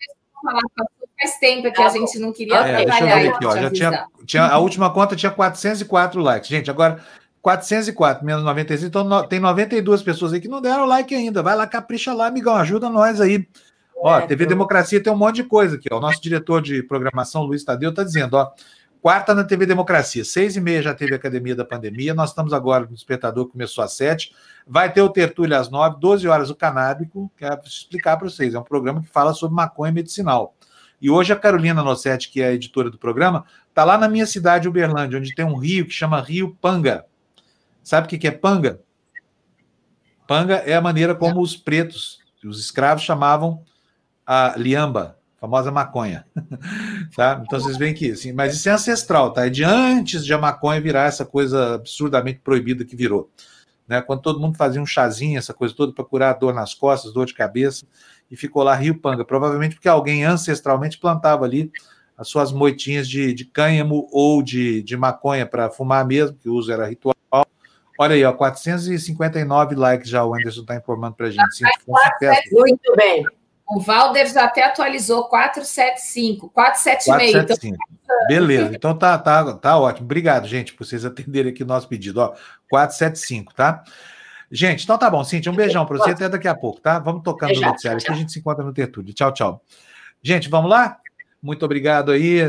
faz tempo que a gente não queria trabalhar. Deixa eu ver aqui, ó. Já tinha, a última conta tinha 404 likes. Gente, agora 404 menos 96, então tem 92 pessoas aí que não deram like ainda. Vai lá, capricha lá, amigão, ajuda nós aí. Ó, TV Democracia tem um monte de coisa aqui, ó. O nosso diretor de programação, Luiz Tadeu, tá dizendo, ó, quarta na TV Democracia, 6h30 já teve a Academia da Pandemia, nós estamos agora no Despertador, que começou às 7h, vai ter o Tertúlia às 9h, 12 horas o Canábico, que é explicar para vocês, é um programa que fala sobre maconha medicinal. E hoje a Carolina Nossetti, que é a editora do programa, está lá na minha cidade, Uberlândia, onde tem um rio que chama Rio Panga. Sabe o que é panga? Panga é a maneira como os pretos, os escravos, chamavam a liamba, a famosa maconha. Tá? Então vocês veem que, assim, mas isso é ancestral, tá? É de antes de a maconha virar essa coisa absurdamente proibida que virou. Né? Quando todo mundo fazia um chazinho, essa coisa toda, para curar dor nas costas, dor de cabeça, e ficou lá Rio Panga, provavelmente porque alguém ancestralmente plantava ali as suas moitinhas de cânhamo ou de maconha para fumar mesmo, que o uso era ritual. Olha aí, ó, 459 likes já o Anderson está informando para a gente. Sim, muito bem. O Valder já até atualizou 475, 476. Então... Beleza, então tá ótimo. Obrigado, gente, por vocês atenderem aqui o nosso pedido. Ó, 475, tá? Gente, então tá bom, Cíntia, um beijão para você, até daqui a pouco, tá? Vamos tocando no noticiário aqui, a gente se encontra no Tertúlia. Tchau, tchau. Gente, vamos lá? Muito obrigado aí,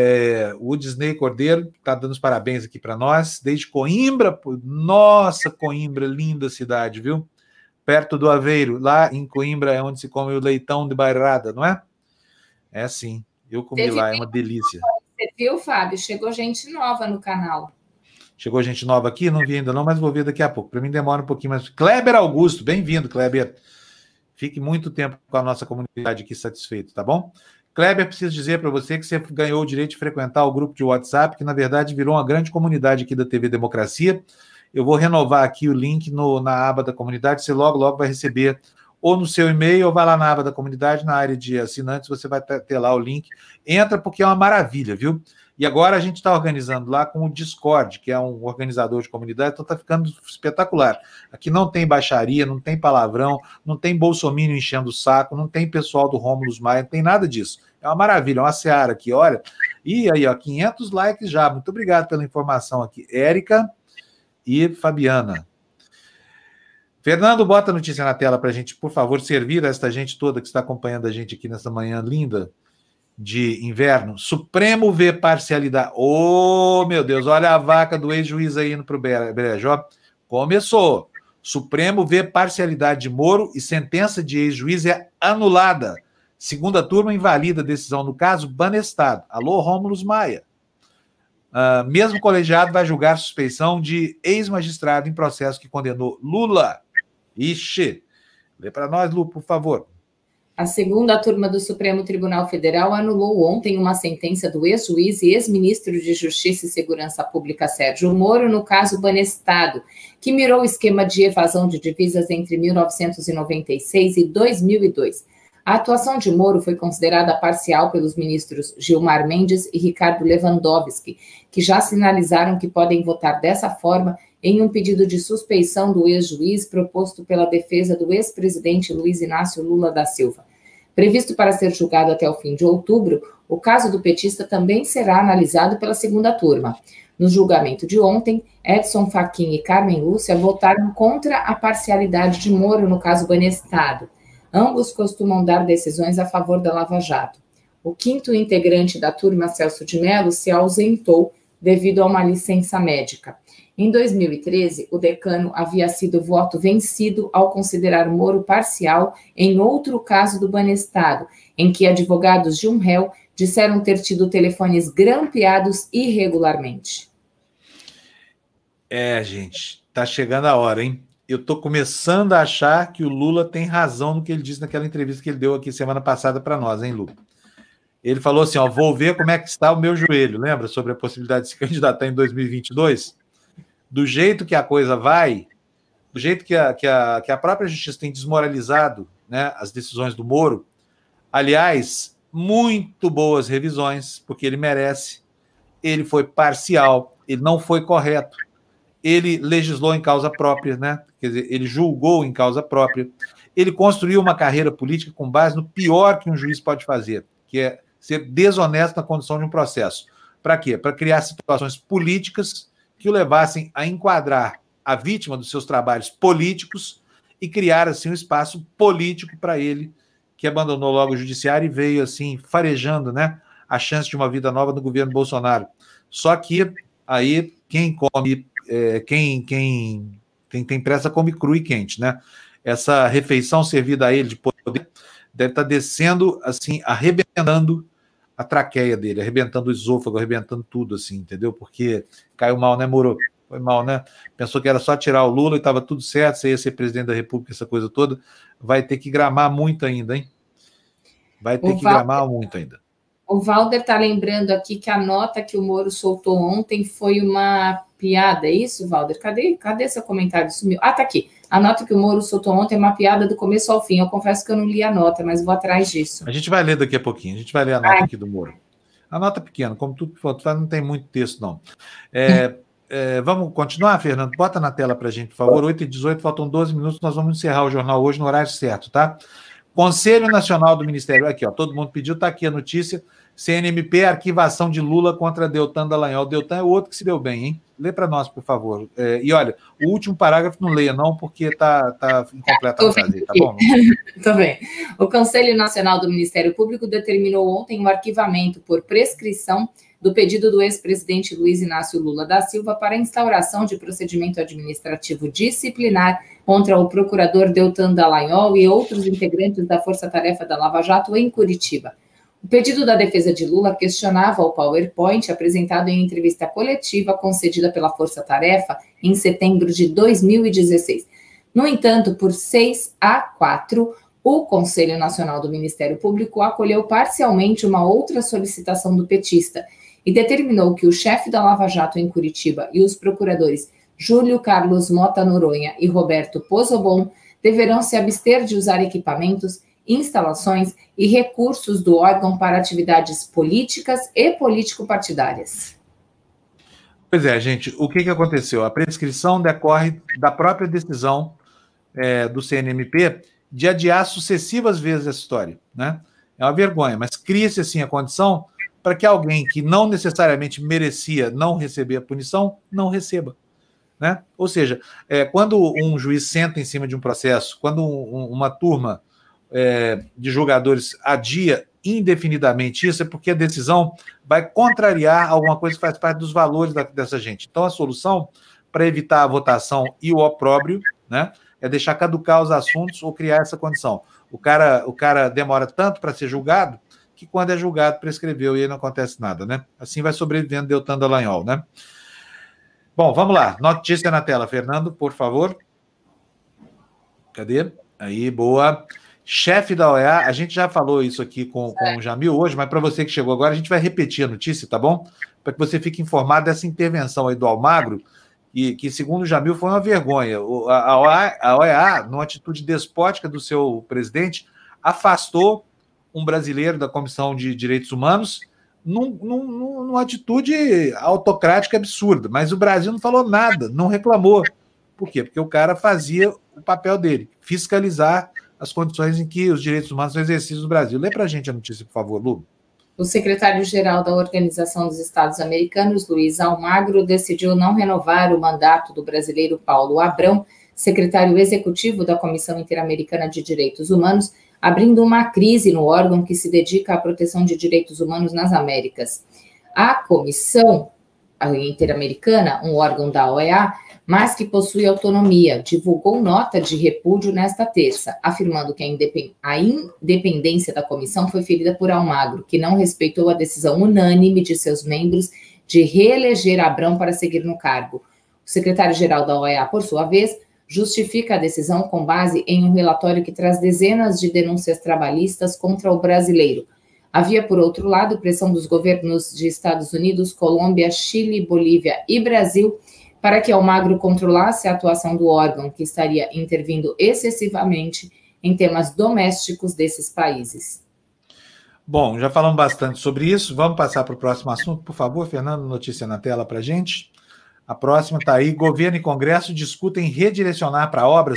o Disney Cordeiro está dando os parabéns aqui para nós, desde Coimbra, nossa, Coimbra, linda cidade, viu? Perto do Aveiro, lá em Coimbra é onde se come o leitão de bairrada, não é? É sim, eu comi lá, é uma delícia. Você viu, Fábio? Chegou gente nova no canal. Chegou gente nova aqui? Não vi ainda não, mas vou ver daqui a pouco. Para mim demora um pouquinho mais. Kleber Augusto, bem-vindo, Kleber. Fique muito tempo com a nossa comunidade aqui satisfeito, tá bom? Kleber, preciso dizer para você que você ganhou o direito de frequentar o grupo de WhatsApp, que na verdade virou uma grande comunidade aqui da TV Democracia. Eu vou renovar aqui o link na aba da comunidade, você logo vai receber ou no seu e-mail, ou vai lá na aba da comunidade, na área de assinantes, você vai ter lá o link. Entra porque é uma maravilha, viu? E agora a gente está organizando lá com o Discord, que é um organizador de comunidade, então está ficando espetacular. Aqui não tem baixaria, não tem palavrão, não tem bolsominion enchendo o saco, não tem pessoal do Rômulus Maia, não tem nada disso. É uma maravilha, uma seara aqui, olha. E aí, ó, 500 likes já. Muito obrigado pela informação aqui. Érica e Fabiana. Fernando, bota a notícia na tela para a gente, por favor, servir a esta gente toda que está acompanhando a gente aqui nessa manhã linda de inverno. Supremo vê parcialidade. Oh, meu Deus, olha a vaca do ex-juiz aí indo para o brejo. Começou. Supremo vê parcialidade de Moro e sentença de ex-juiz é anulada. Segunda turma invalida a decisão no caso Banestado. Alô, Rômulus Maia. Mesmo colegiado vai julgar suspeição de ex-magistrado em processo que condenou Lula. Ixi. Lê para nós, Lu, por favor. A segunda turma do Supremo Tribunal Federal anulou ontem uma sentença do ex-juiz e ex-ministro de Justiça e Segurança Pública Sérgio Moro no caso Banestado, que mirou o esquema de evasão de divisas entre 1996 e 2002. A atuação de Moro foi considerada parcial pelos ministros Gilmar Mendes e Ricardo Lewandowski, que já sinalizaram que podem votar dessa forma em um pedido de suspeição do ex-juiz proposto pela defesa do ex-presidente Luiz Inácio Lula da Silva. Previsto para ser julgado até o fim de outubro, o caso do petista também será analisado pela segunda turma. No julgamento de ontem, Edson Fachin e Carmen Lúcia votaram contra a parcialidade de Moro no caso Banestado. Ambos costumam dar decisões a favor da Lava Jato. O quinto integrante da turma, Celso de Mello, se ausentou devido a uma licença médica. Em 2013, o decano havia sido voto vencido ao considerar Moro parcial em outro caso do Banestado, em que advogados de um réu disseram ter tido telefones grampeados irregularmente. Gente, tá chegando a hora, hein? Eu tô começando a achar que o Lula tem razão no que ele disse naquela entrevista que ele deu aqui semana passada para nós, hein, Lula? Ele falou assim, ó, vou ver como é que está o meu joelho, lembra? Sobre a possibilidade de se candidatar em 2022? Do jeito que a coisa vai, do jeito que a própria justiça tem desmoralizado, né, as decisões do Moro, aliás, muito boas revisões, porque ele merece, ele foi parcial, ele não foi correto, ele legislou em causa própria, né? Quer dizer, ele julgou em causa própria, ele construiu uma carreira política com base no pior que um juiz pode fazer, que é ser desonesto na condução de um processo. Para quê? Para criar situações políticas que o levassem a enquadrar a vítima dos seus trabalhos políticos e criar, assim, um espaço político para ele, que abandonou logo o judiciário e veio, assim, farejando, né, a chance de uma vida nova no governo Bolsonaro. Só que aí quem come, quem tem pressa come cru e quente, né? Essa refeição servida a ele de poder deve estar descendo, assim, arrebentando a traqueia dele, arrebentando o esôfago, arrebentando tudo, assim, entendeu? Porque caiu mal, né, Moro? Foi mal, né? Pensou que era só tirar o Lula e estava tudo certo, você ia ser presidente da República, essa coisa toda. Vai ter que gramar muito ainda, hein? Vai ter que gramar muito ainda. O Valder está lembrando aqui que a nota que o Moro soltou ontem foi uma piada, é isso, Valder? Cadê seu comentário? Sumiu. Ah, tá aqui. A nota que o Moro soltou ontem é uma piada do começo ao fim. Eu confesso que eu não li a nota, mas vou atrás disso. A gente vai ler daqui a pouquinho. A gente vai ler a nota aqui do Moro. A nota pequena, como tudo que for, não tem muito texto, não. Vamos continuar, Fernando? Bota na tela para a gente, por favor. 8h18, faltam 12 minutos. Nós vamos encerrar o jornal hoje no horário certo, tá? Conselho Nacional do Ministério, aqui, ó, todo mundo pediu, tá aqui a notícia. CNMP, arquivação de Lula contra Deltan Dallagnol. Deltan é o outro que se deu bem, hein? Lê para nós, por favor. E olha, o último parágrafo não leia, não, porque tá incompleto a frase, tá bom? Tô bem. O Conselho Nacional do Ministério Público determinou ontem o arquivamento por prescrição do pedido do ex-presidente Luiz Inácio Lula da Silva para a instauração de procedimento administrativo disciplinar contra o procurador Deltan Dallagnol e outros integrantes da Força Tarefa da Lava Jato em Curitiba. O pedido da defesa de Lula questionava o PowerPoint apresentado em entrevista coletiva concedida pela Força Tarefa em setembro de 2016. No entanto, por 6-4, o Conselho Nacional do Ministério Público acolheu parcialmente uma outra solicitação do petista e determinou que o chefe da Lava Jato em Curitiba e os procuradores Júlio Carlos Mota Noronha e Roberto Pozobon deverão se abster de usar equipamentos, instalações e recursos do órgão para atividades políticas e político-partidárias. Pois é, gente, o que aconteceu? A prescrição decorre da própria decisão do CNMP de adiar sucessivas vezes essa história, né? É uma vergonha, mas cria-se, assim, a condição para que alguém que não necessariamente merecia não receber a punição, não receba, né? Ou seja, quando um juiz senta em cima de um processo, quando uma turma de julgadores adia indefinidamente isso, é porque a decisão vai contrariar alguma coisa que faz parte dos valores dessa gente. Então, a solução para evitar a votação e o opróbrio, né, é deixar caducar os assuntos ou criar essa condição. O cara demora tanto para ser julgado que quando é julgado prescreveu e aí não acontece nada, né? Assim vai sobrevivendo Deltan Dallagnol, né? Bom, vamos lá. Notícia na tela, Fernando, por favor. Cadê? Aí, boa. Chefe da OEA, a gente já falou isso aqui com o Jamil hoje, mas para você que chegou agora, a gente vai repetir a notícia, tá bom? Para que você fique informado dessa intervenção aí do Almagro, que segundo o Jamil, foi uma vergonha. A OEA, numa atitude despótica do seu presidente, afastou um brasileiro da Comissão de Direitos Humanos numa atitude autocrática absurda, mas o Brasil não falou nada, não reclamou. Por quê? Porque o cara fazia o papel dele, fiscalizar as condições em que os direitos humanos são exercidos no Brasil. Lê para a gente a notícia, por favor, Lu. O secretário-geral da Organização dos Estados Americanos, Luiz Almagro, decidiu não renovar o mandato do brasileiro Paulo Abrão, secretário executivo da Comissão Interamericana de Direitos Humanos, abrindo uma crise no órgão que se dedica à proteção de direitos humanos nas Américas. A Comissão Interamericana, um órgão da OEA, mas que possui autonomia, divulgou nota de repúdio nesta terça, afirmando que a independência da comissão foi ferida por Almagro, que não respeitou a decisão unânime de seus membros de reeleger Abrão para seguir no cargo. O secretário-geral da OEA, por sua vez, justifica a decisão com base em um relatório que traz dezenas de denúncias trabalhistas contra o brasileiro. Havia, por outro lado, pressão dos governos de Estados Unidos, Colômbia, Chile, Bolívia e Brasil para que Almagro controlasse a atuação do órgão, que estaria intervindo excessivamente em temas domésticos desses países. Bom, já falamos bastante sobre isso. Vamos passar para o próximo assunto, por favor, Fernando, notícia na tela para a gente. A próxima está aí. Governo e Congresso discutem redirecionar para obras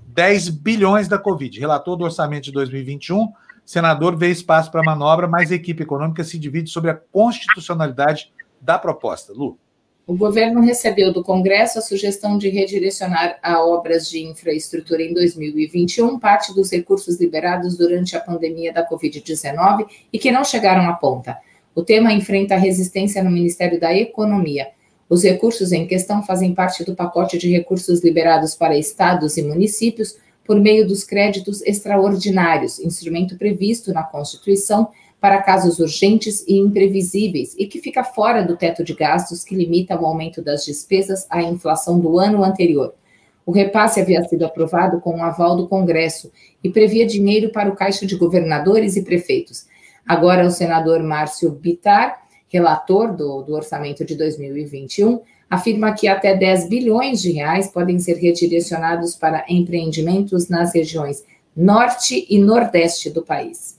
10 bilhões da Covid. Relator do orçamento de 2021, senador vê espaço para manobra, mas a equipe econômica se divide sobre a constitucionalidade da proposta. Lu. O governo recebeu do Congresso a sugestão de redirecionar a obras de infraestrutura em 2021 parte dos recursos liberados durante a pandemia da Covid-19 e que não chegaram à ponta. O tema enfrenta resistência no Ministério da Economia. Os recursos em questão fazem parte do pacote de recursos liberados para estados e municípios por meio dos créditos extraordinários, instrumento previsto na Constituição para casos urgentes e imprevisíveis e que fica fora do teto de gastos que limita o aumento das despesas à inflação do ano anterior. O repasse havia sido aprovado com o aval do Congresso e previa dinheiro para o caixa de governadores e prefeitos. Agora, o senador Márcio Bittar, relator do orçamento de 2021, afirma que até 10 bilhões de reais podem ser redirecionados para empreendimentos nas regiões norte e nordeste do país.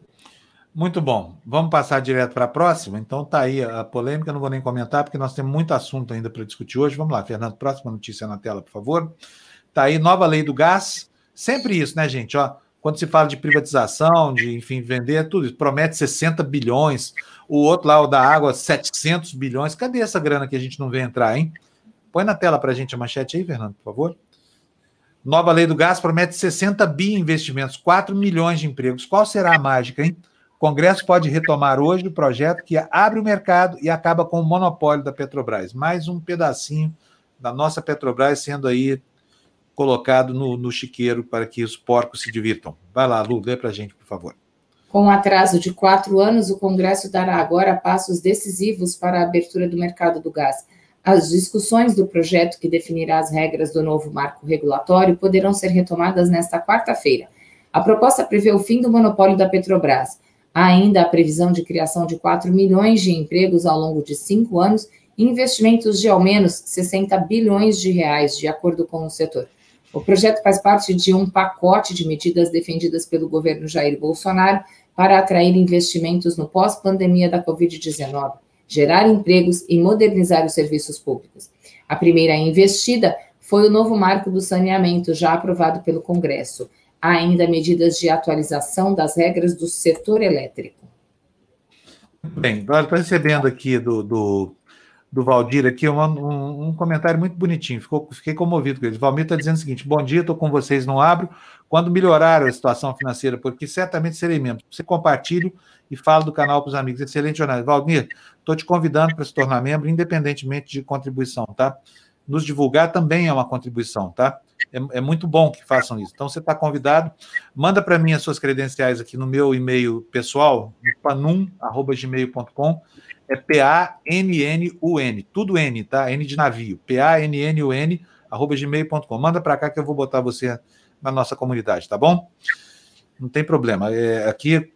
Muito bom. Vamos passar direto para a próxima? Então tá aí a polêmica, não vou nem comentar, porque nós temos muito assunto ainda para discutir hoje. Vamos lá, Fernando, próxima notícia na tela, por favor. Tá aí, nova lei do gás. Sempre isso, né, gente? Ó, quando se fala de privatização, de, enfim, vender, tudo isso, promete 60 bilhões, o outro lá, o da água, 700 bilhões. Cadê essa grana que a gente não vê entrar, hein? Põe na tela para a gente a manchete aí, Fernando, por favor. Nova lei do gás promete 60 bi em investimentos, 4 milhões de empregos. Qual será a mágica, hein? O Congresso pode retomar hoje o projeto que abre o mercado e acaba com o monopólio da Petrobras. Mais um pedacinho da nossa Petrobras sendo aí colocado no chiqueiro para que os porcos se divirtam. Vai lá, Lu, lê para a gente, por favor. Com um atraso de 4 anos, o Congresso dará agora passos decisivos para a abertura do mercado do gás. As discussões do projeto que definirá as regras do novo marco regulatório poderão ser retomadas nesta quarta-feira. A proposta prevê o fim do monopólio da Petrobras. Há ainda a previsão de criação de 4 milhões de empregos ao longo de 5 anos e investimentos de ao menos 60 bilhões de reais, de acordo com o setor. O projeto faz parte de um pacote de medidas defendidas pelo governo Jair Bolsonaro para atrair investimentos no pós-pandemia da Covid-19, gerar empregos e modernizar os serviços públicos. A primeira investida foi o novo marco do saneamento, já aprovado pelo Congresso. Há ainda medidas de atualização das regras do setor elétrico. Bem, agora estou recebendo aqui do Valdir aqui um comentário muito bonitinho, fiquei comovido com ele. O Valmir está dizendo o seguinte: bom dia, estou com vocês no Abro, quando melhorar a situação financeira, porque certamente serei membro. Você compartilha e fala do canal para os amigos. Excelente jornada. Valmir, estou te convidando para se tornar membro, independentemente de contribuição, tá? Nos divulgar também é uma contribuição, tá? É muito bom que façam isso. Então, você está convidado. Manda para mim as suas credenciais aqui no meu e-mail pessoal, panun@gmail.com. É PANNUN, tudo N, tá? N de navio. PANNUN@gmail.com. Manda para cá que eu vou botar você na nossa comunidade, tá bom? Não tem problema. Aqui,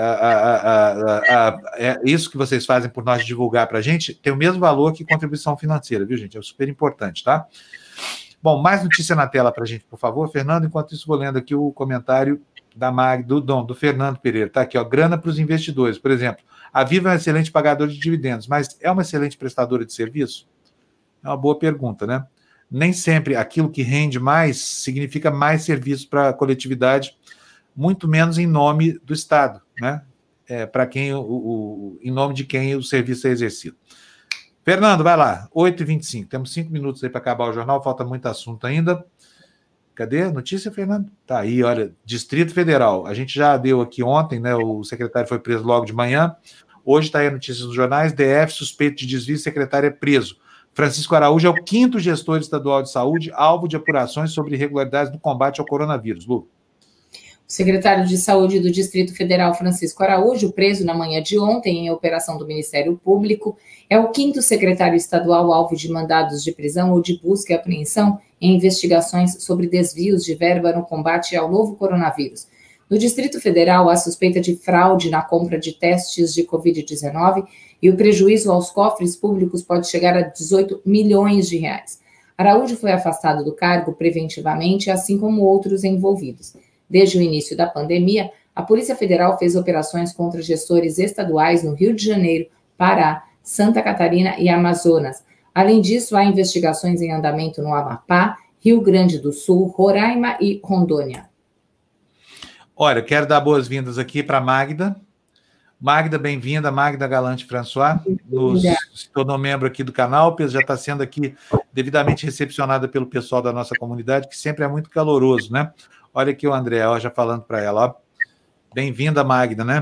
isso que vocês fazem por nós divulgar para a gente tem o mesmo valor que contribuição financeira, viu, gente? É super importante, tá? Bom, mais notícia na tela para a gente, por favor, Fernando. Enquanto isso, vou lendo aqui o comentário do Fernando Pereira. Tá aqui, ó, grana para os investidores. Por exemplo, a Viva é um excelente pagador de dividendos, mas é uma excelente prestadora de serviço? É uma boa pergunta, né? nem sempre aquilo que rende mais significa mais serviço para a coletividade, muito menos em nome do Estado, né? Para quem, em nome de quem o serviço é exercido. Fernando, vai lá, 8h25, temos 5 minutos aí para acabar o jornal, falta muito assunto ainda. Cadê a notícia, Fernando? Tá aí, olha, Distrito Federal, a gente já deu aqui ontem, né, o secretário foi preso logo de manhã, hoje está aí a notícia dos jornais, DF suspeito de desvio, secretário é preso. Francisco Araújo é o 5º gestor estadual de saúde, alvo de apurações sobre irregularidades no combate ao coronavírus. Lu. O secretário de Saúde do Distrito Federal, Francisco Araújo, preso na manhã de ontem em operação do Ministério Público, é o 5º secretário estadual alvo de mandados de prisão ou de busca e apreensão em investigações sobre desvios de verba no combate ao novo coronavírus. No Distrito Federal, há suspeita de fraude na compra de testes de Covid-19 e o prejuízo aos cofres públicos pode chegar a 18 milhões de reais. Araújo foi afastado do cargo preventivamente, assim como outros envolvidos. Desde o início da pandemia, a Polícia Federal fez operações contra gestores estaduais no Rio de Janeiro, Pará, Santa Catarina e Amazonas. Além disso, há investigações em andamento no Amapá, Rio Grande do Sul, Roraima e Rondônia. Olha, quero dar boas-vindas aqui para Magda. Magda, bem-vinda, Magda Galante François, se tornou membro aqui do canal, já está sendo aqui devidamente recepcionada pelo pessoal da nossa comunidade, que sempre é muito caloroso, né? Olha aqui o André, ó, já falando para ela, ó. Bem-vinda, Magda, né?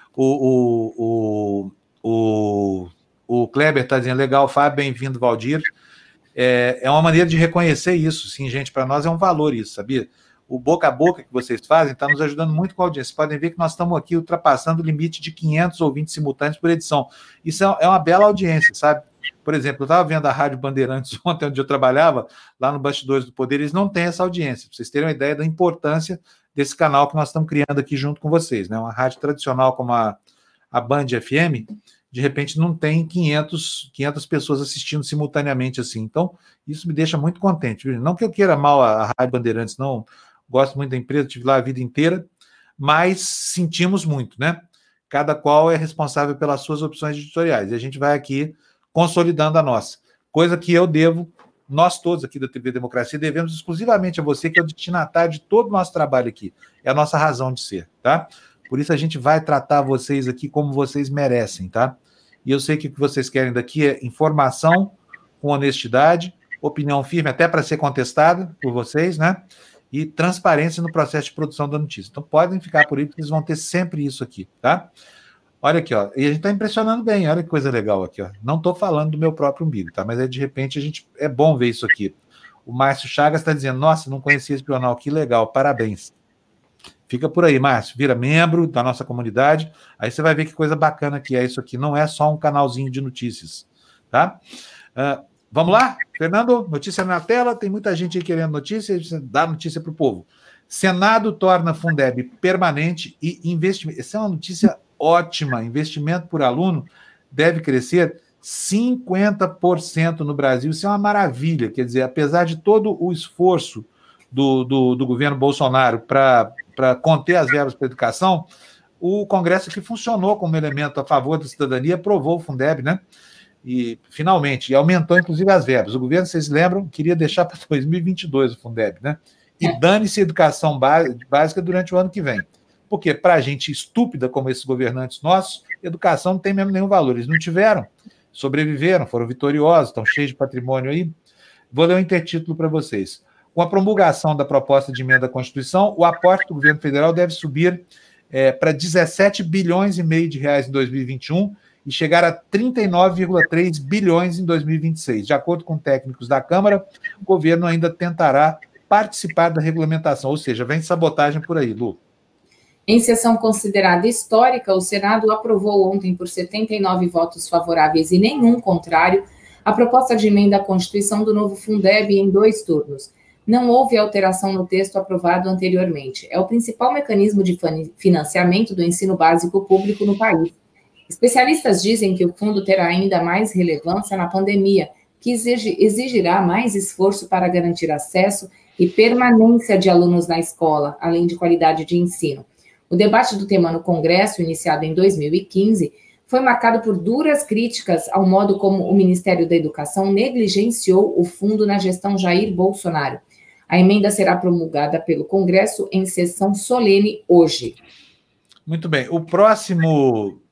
O Kleber está dizendo, legal, Fábio, bem-vindo, Valdir. É uma maneira de reconhecer isso, sim, gente, para nós é um valor isso, sabia? O boca a boca que vocês fazem está nos ajudando muito com a audiência. Vocês podem ver que nós estamos aqui ultrapassando o limite de 500 ouvintes simultâneos por edição. Isso é uma bela audiência, sabe? Por exemplo, eu estava vendo a Rádio Bandeirantes ontem, onde eu trabalhava, lá no Bastidores do Poder, eles não têm essa audiência, para vocês terem uma ideia da importância desse canal que nós estamos criando aqui junto com vocês, né? Uma rádio tradicional como a Band FM, de repente não tem 500 pessoas assistindo simultaneamente assim. Então, isso me deixa muito contente, viu? Não que eu queira mal a Rádio Bandeirantes, não, gosto muito da empresa, estive lá a vida inteira, mas sentimos muito, né? Cada qual é responsável pelas suas opções editoriais, e a gente vai aqui consolidando a nossa. Coisa que eu devo, nós todos aqui da TV Democracia, devemos exclusivamente a você, que é o destinatário de todo o nosso trabalho aqui. É a nossa razão de ser, tá? Por isso a gente vai tratar vocês aqui como vocês merecem, tá? E eu sei que o que vocês querem daqui é informação com honestidade, opinião firme, até para ser contestada por vocês, né? E transparência no processo de produção da notícia. Então podem ficar por aí, porque eles vão ter sempre isso aqui, tá? Olha aqui, ó, e a gente está impressionando bem, olha que coisa legal aqui, ó. Não estou falando do meu próprio umbigo, tá? Mas de repente é bom ver isso aqui. O Márcio Chagas está dizendo, nossa, não conhecia esse jornal, que legal, parabéns. Fica por aí, Márcio, vira membro da nossa comunidade, aí você vai ver que coisa bacana que é isso aqui, não é só um canalzinho de notícias, tá? Vamos lá, Fernando, notícia na tela, tem muita gente aí querendo notícia, dá notícia para o povo. Senado torna Fundeb permanente e investimento. Essa é uma notícia ótima, investimento por aluno deve crescer 50% no Brasil, isso é uma maravilha, quer dizer, apesar de todo o esforço do governo Bolsonaro para conter as verbas para a educação, o Congresso aqui funcionou como elemento a favor da cidadania, aprovou o Fundeb, né? E finalmente, aumentou inclusive as verbas. O governo, vocês lembram, queria deixar para 2022 o Fundeb, né? E dane-se a educação básica durante o ano que vem. Porque para a gente estúpida como esses governantes nossos, educação não tem mesmo nenhum valor. Eles não tiveram, sobreviveram, foram vitoriosos, estão cheios de patrimônio aí. Vou ler um intertítulo para vocês. Com a promulgação da proposta de emenda à Constituição, o aporte do governo federal deve subir para 17 bilhões e meio de reais em 2021 e chegar a 39,3 bilhões em 2026. De acordo com técnicos da Câmara, o governo ainda tentará participar da regulamentação, ou seja, vem sabotagem por aí, Lu. Em sessão considerada histórica, o Senado aprovou ontem por 79 votos favoráveis e nenhum contrário a proposta de emenda à Constituição do novo Fundeb em 2 turnos. Não houve alteração no texto aprovado anteriormente. É o principal mecanismo de financiamento do ensino básico público no país. Especialistas dizem que o fundo terá ainda mais relevância na pandemia, que exigirá mais esforço para garantir acesso e permanência de alunos na escola, além de qualidade de ensino. O debate do tema no Congresso, iniciado em 2015, foi marcado por duras críticas ao modo como o Ministério da Educação negligenciou o fundo na gestão Jair Bolsonaro. A emenda será promulgada pelo Congresso em sessão solene hoje. Muito bem. O próximo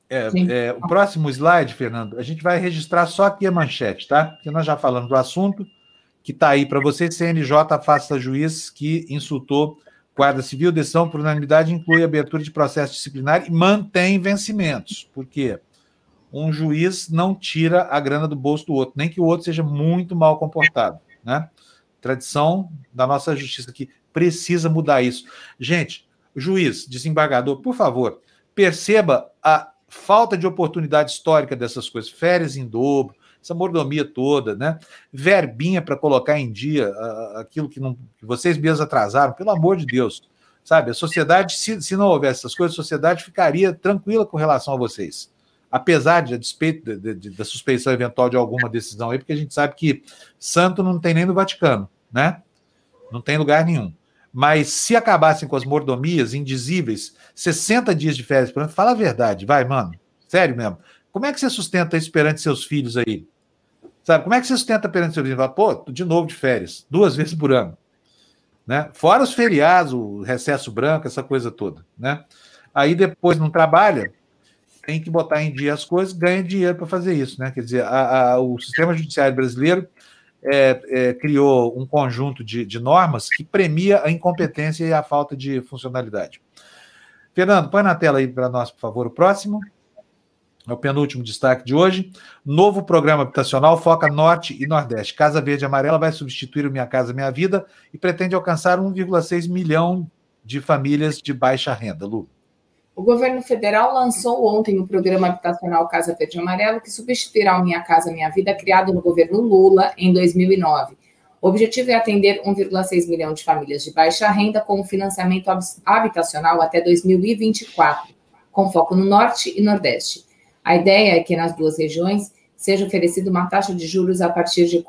slide, Fernando, a gente vai registrar só aqui a manchete, tá? Porque nós já falamos do assunto, que está aí para vocês. CNJ afasta juiz que insultou Guarda Civil. Decisão por unanimidade inclui abertura de processo disciplinar e mantém vencimentos. Por quê? Um juiz não tira a grana do bolso do outro, nem que o outro seja muito mal comportado, né? Tradição da nossa justiça aqui. Precisa mudar isso. Gente, juiz, desembargador, por favor, perceba a falta de oportunidade histórica dessas coisas. Férias em dobro, essa mordomia toda, né? Verbinha para colocar em dia aquilo que vocês mesmos atrasaram, pelo amor de Deus. Sabe, a sociedade, se não houvesse essas coisas, a sociedade ficaria tranquila com relação a vocês. Apesar de, a despeito da suspeição eventual de alguma decisão aí, porque a gente sabe que santo não tem nem no Vaticano, né? Não tem lugar nenhum. Mas se acabassem com as mordomias indizíveis, 60 dias de férias, por exemplo, fala a verdade, vai, mano, sério mesmo. Como é que você sustenta isso perante seus filhos aí? Sabe, como é que você sustenta perante seus filhos? Fala, pô, de novo de férias, 2 vezes por ano. Né? Fora os feriados, o recesso branco, essa coisa toda, né? Aí depois não trabalha, tem que botar em dia as coisas, ganha dinheiro para fazer isso, né? Quer dizer, o sistema judiciário brasileiro criou um conjunto de normas que premia a incompetência e a falta de funcionalidade. Fernando, põe na tela aí para nós, por favor, o próximo. É o penúltimo destaque de hoje. Novo programa habitacional foca Norte e Nordeste. Casa Verde e Amarela vai substituir o Minha Casa Minha Vida e pretende alcançar 1,6 milhão de famílias de baixa renda. Lu. O governo federal lançou ontem o programa habitacional Casa Verde e Amarelo, que substituirá o Minha Casa Minha Vida, criado no governo Lula em 2009. O objetivo é atender 1,6 milhão de famílias de baixa renda com financiamento habitacional até 2024, com foco no Norte e Nordeste. A ideia é que nas duas regiões seja oferecida uma taxa de juros a partir de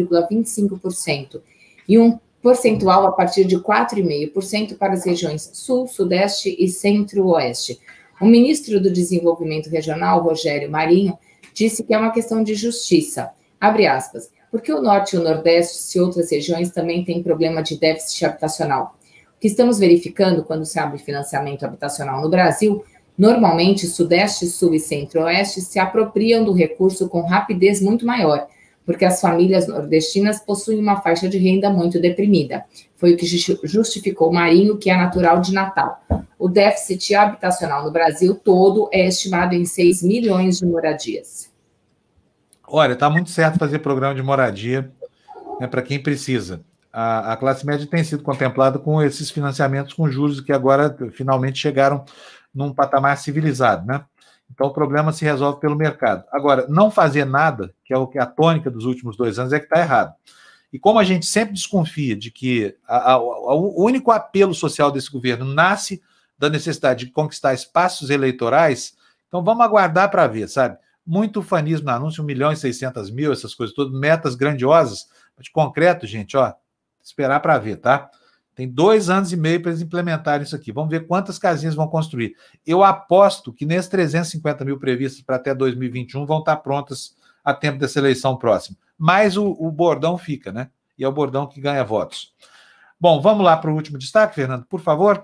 4,25% e um percentual a partir de 4,5% para as regiões Sul, Sudeste e Centro-Oeste. O ministro do Desenvolvimento Regional, Rogério Marinho, disse que é uma questão de justiça. Abre aspas. Porque o Norte e o Nordeste e outras regiões também têm problema de déficit habitacional. O que estamos verificando quando se abre financiamento habitacional no Brasil, normalmente Sudeste, Sul e Centro-Oeste se apropriam do recurso com rapidez muito maior, porque as famílias nordestinas possuem uma faixa de renda muito deprimida. Foi o que justificou Marinho, que é natural de Natal. O déficit habitacional no Brasil todo é estimado em 6 milhões de moradias. Olha, está muito certo fazer programa de moradia, né, para quem precisa. A classe média tem sido contemplada com esses financiamentos com juros que agora finalmente chegaram num patamar civilizado, né? Então o problema se resolve pelo mercado. Agora, não fazer nada, que é o que a tônica dos últimos 2 anos, é que está errado. E como a gente sempre desconfia de que o único apelo social desse governo nasce da necessidade de conquistar espaços eleitorais, então vamos aguardar para ver, sabe? Muito ufanismo no anúncio, 1.600.000, essas coisas todas, metas grandiosas, de concreto, gente, ó, esperar para ver, tá? Tem 2 anos e meio para eles implementarem isso aqui. Vamos ver quantas casinhas vão construir. Eu aposto que nesses 350 mil previstos para até 2021 vão estar prontas a tempo dessa eleição próxima. Mas o bordão fica, né? E é o bordão que ganha votos. Bom, vamos lá para o último destaque, Fernando, por favor.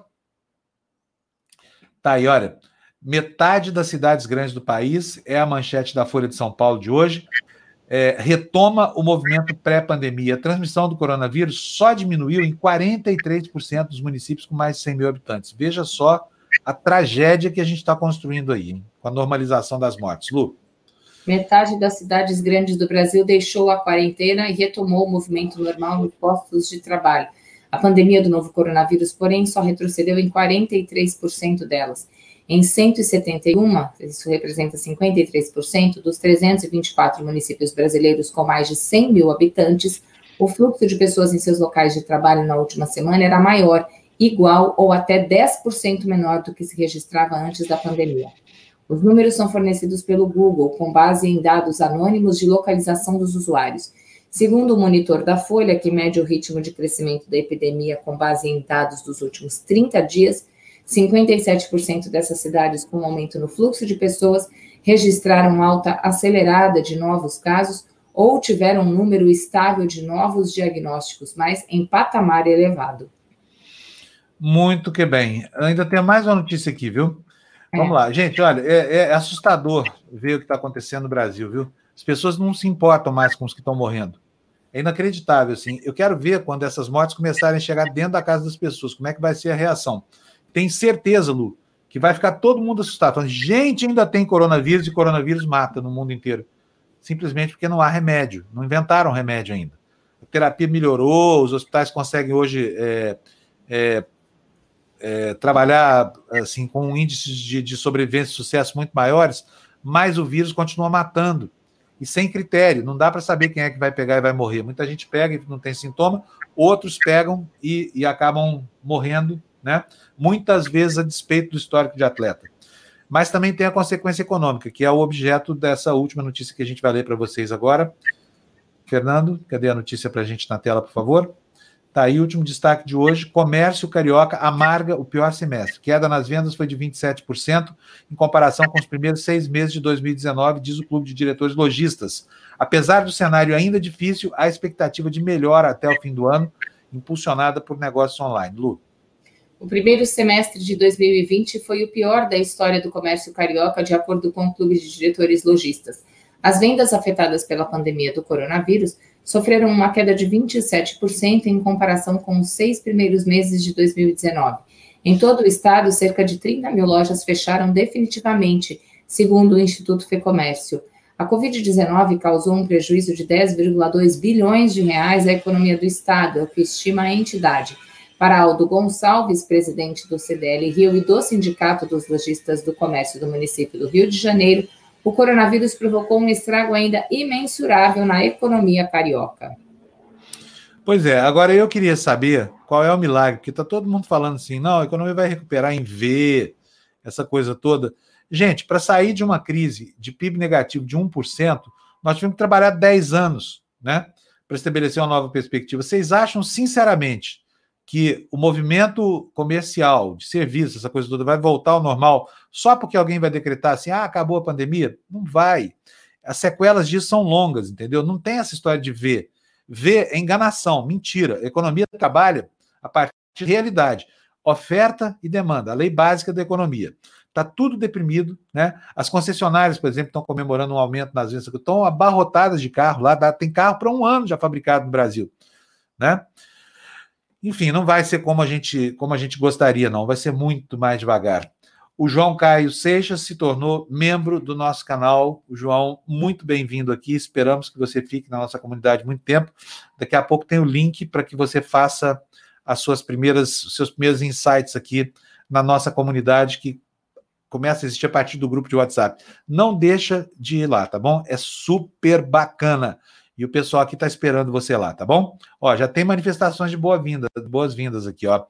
Tá aí, olha. Metade das cidades grandes do país, é a manchete da Folha de São Paulo de hoje, retoma o movimento pré-pandemia. A transmissão do coronavírus só diminuiu em 43% dos municípios com mais de 100 mil habitantes. Veja só a tragédia que a gente está construindo aí, hein, com a normalização das mortes. Lu? Metade das cidades grandes do Brasil deixou a quarentena e retomou o movimento normal nos postos de trabalho. A pandemia do novo coronavírus, porém, só retrocedeu em 43% delas. Em 171, isso representa 53%, dos 324 municípios brasileiros com mais de 100 mil habitantes, o fluxo de pessoas em seus locais de trabalho na última semana era maior, igual ou até 10% menor do que se registrava antes da pandemia. Os números são fornecidos pelo Google, com base em dados anônimos de localização dos usuários. Segundo o monitor da Folha, que mede o ritmo de crescimento da epidemia com base em dados dos últimos 30 dias, 57% dessas cidades com aumento no fluxo de pessoas registraram alta acelerada de novos casos ou tiveram um número estável de novos diagnósticos, mas em patamar elevado. Muito que bem. Ainda tem mais uma notícia aqui, viu? Vamos lá. Gente, olha, é assustador ver o que está acontecendo no Brasil, viu? As pessoas não se importam mais com os que estão morrendo. É inacreditável, assim. Eu quero ver quando essas mortes começarem a chegar dentro da casa das pessoas, como é que vai ser a reação. Tenho certeza, Lu, que vai ficar todo mundo assustado. Falando, gente, ainda tem coronavírus e coronavírus mata no mundo inteiro. Simplesmente porque não há remédio. Não inventaram remédio ainda. A terapia melhorou, os hospitais conseguem hoje trabalhar assim, com índices de sobrevivência e sucesso muito maiores, mas o vírus continua matando. E sem critério. Não dá para saber quem é que vai pegar e vai morrer. Muita gente pega e não tem sintoma, outros pegam e acabam morrendo, né? Muitas vezes a despeito do histórico de atleta. Mas também tem a consequência econômica, que é o objeto dessa última notícia que a gente vai ler para vocês agora. Fernando, cadê a notícia para a gente na tela, por favor? Tá aí o último destaque de hoje. Comércio carioca amarga o pior semestre. Queda nas vendas foi de 27%, em comparação com os primeiros 6 meses de 2019, diz o Clube de Diretores Lojistas. Apesar do cenário ainda difícil, há expectativa de melhora até o fim do ano, impulsionada por negócios online. Lu. O primeiro semestre de 2020 foi o pior da história do comércio carioca, de acordo com o Clube de Diretores Lojistas. As vendas afetadas pela pandemia do coronavírus sofreram uma queda de 27% em comparação com os 6 primeiros meses de 2019. Em todo o estado, cerca de 30 mil lojas fecharam definitivamente, segundo o Instituto Fecomércio. A Covid-19 causou um prejuízo de 10,2 bilhões de reais à economia do estado, é o que estima a entidade. Para Aldo Gonçalves, presidente do CDL Rio e do Sindicato dos Lojistas do Comércio do município do Rio de Janeiro, o coronavírus provocou um estrago ainda imensurável na economia carioca. Pois é, agora eu queria saber qual é o milagre, porque está todo mundo falando assim, não, a economia vai recuperar em V, essa coisa toda. Gente, para sair de uma crise de PIB negativo de 1%, nós tivemos que trabalhar 10 anos, né, para estabelecer uma nova perspectiva. Vocês acham, sinceramente, que o movimento comercial, de serviços, essa coisa toda, vai voltar ao normal só porque alguém vai decretar assim, acabou a pandemia? Não vai. As sequelas disso são longas, entendeu? Não tem essa história de ver. Ver é enganação, mentira. A economia trabalha a partir de realidade. Oferta e demanda, a lei básica da economia. Está tudo deprimido, né? As concessionárias, por exemplo, estão comemorando um aumento nas vendas, estão abarrotadas de carro lá, tem carro para 1 ano já fabricado no Brasil, né? Enfim, não vai ser como a gente gostaria, não. Vai ser muito mais devagar. O João Caio Seixas se tornou membro do nosso canal. O João, muito bem-vindo aqui. Esperamos que você fique na nossa comunidade muito tempo. Daqui a pouco tem o link para que você faça os seus primeiros insights aqui na nossa comunidade, que começa a existir a partir do grupo de WhatsApp. Não deixa de ir lá, tá bom? É super bacana. E o pessoal aqui está esperando você lá, tá bom? Ó, já tem manifestações de boas-vindas aqui, ó.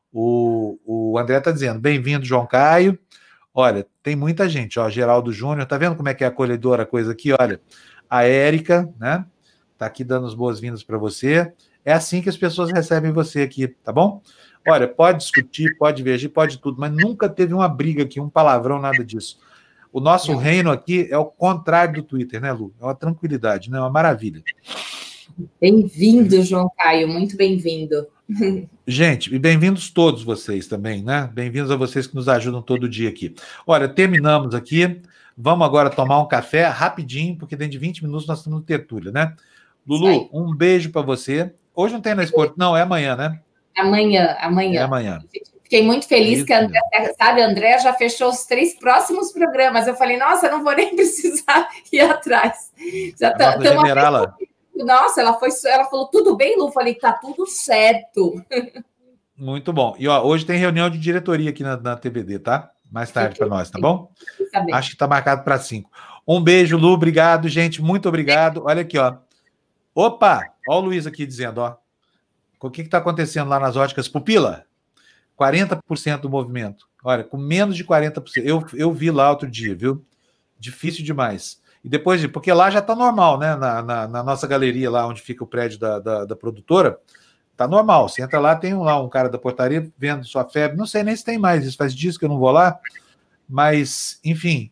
O André está dizendo, bem-vindo, João Caio. Olha, tem muita gente, ó, Geraldo Júnior, tá vendo como é que é acolhedora a coisa aqui? Olha, a Érica, né? Tá aqui dando as boas-vindas para você. É assim que as pessoas recebem você aqui, tá bom? Olha, pode discutir, pode viajar, pode tudo, mas nunca teve uma briga aqui, um palavrão, nada disso. O nosso reino aqui é o contrário do Twitter, né, Lu? É uma tranquilidade, né? É uma maravilha. Bem-vindo, João Caio, muito bem-vindo. Gente, e bem-vindos todos vocês também, né? Bem-vindos a vocês que nos ajudam todo dia aqui. Olha, terminamos aqui. Vamos agora tomar um café rapidinho, porque dentro de 20 minutos nós estamos no tertúlia, né? Lulu, um beijo para você. Hoje não tem na Esporte, não, é amanhã, né? Amanhã. É amanhã. Fiquei muito feliz que a André, sabe, a André já fechou os 3 próximos programas. Eu falei, nossa, não vou nem precisar ir atrás. Já tá, nossa, ela falou, tudo bem, Lu? Eu falei, tá tudo certo. Muito bom. E ó, hoje tem reunião de diretoria aqui na TBD, tá? Mais tarde para nós, tá bom? Acho que tá marcado para 5. Um beijo, Lu, obrigado, gente, muito obrigado. Olha aqui, ó. Opa, ó o Luiz aqui dizendo, ó. O que está acontecendo lá nas óticas Pupila? 40% do movimento. Olha, com menos de 40%. Eu vi lá outro dia, viu? Difícil demais. E depois, porque lá já está normal, né? Na nossa galeria, lá onde fica o prédio da produtora, tá normal. Você entra lá, tem lá um cara da portaria vendo sua febre. Não sei nem se tem mais isso. Faz dias que eu não vou lá. Mas, enfim,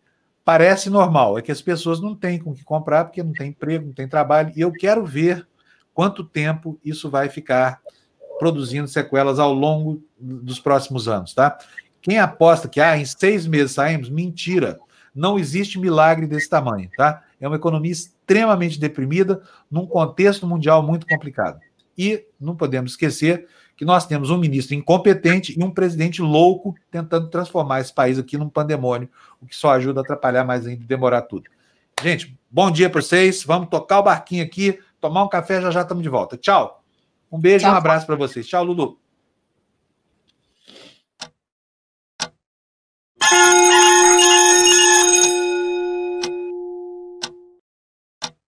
parece normal, é que as pessoas não têm com o que comprar, porque não tem emprego, não tem trabalho, e eu quero ver quanto tempo isso vai ficar produzindo sequelas ao longo dos próximos anos, tá? Quem aposta que em 6 meses saímos, mentira. Não existe milagre desse tamanho, tá? É uma economia extremamente deprimida, num contexto mundial muito complicado. E não podemos esquecer que nós temos um ministro incompetente e um presidente louco tentando transformar esse país aqui num pandemônio, o que só ajuda a atrapalhar mais ainda e demorar tudo. Gente, bom dia para vocês. Vamos tocar o barquinho aqui, tomar um café, já já estamos de volta. Tchau. Um beijo e um abraço para vocês. Tchau, Lulu.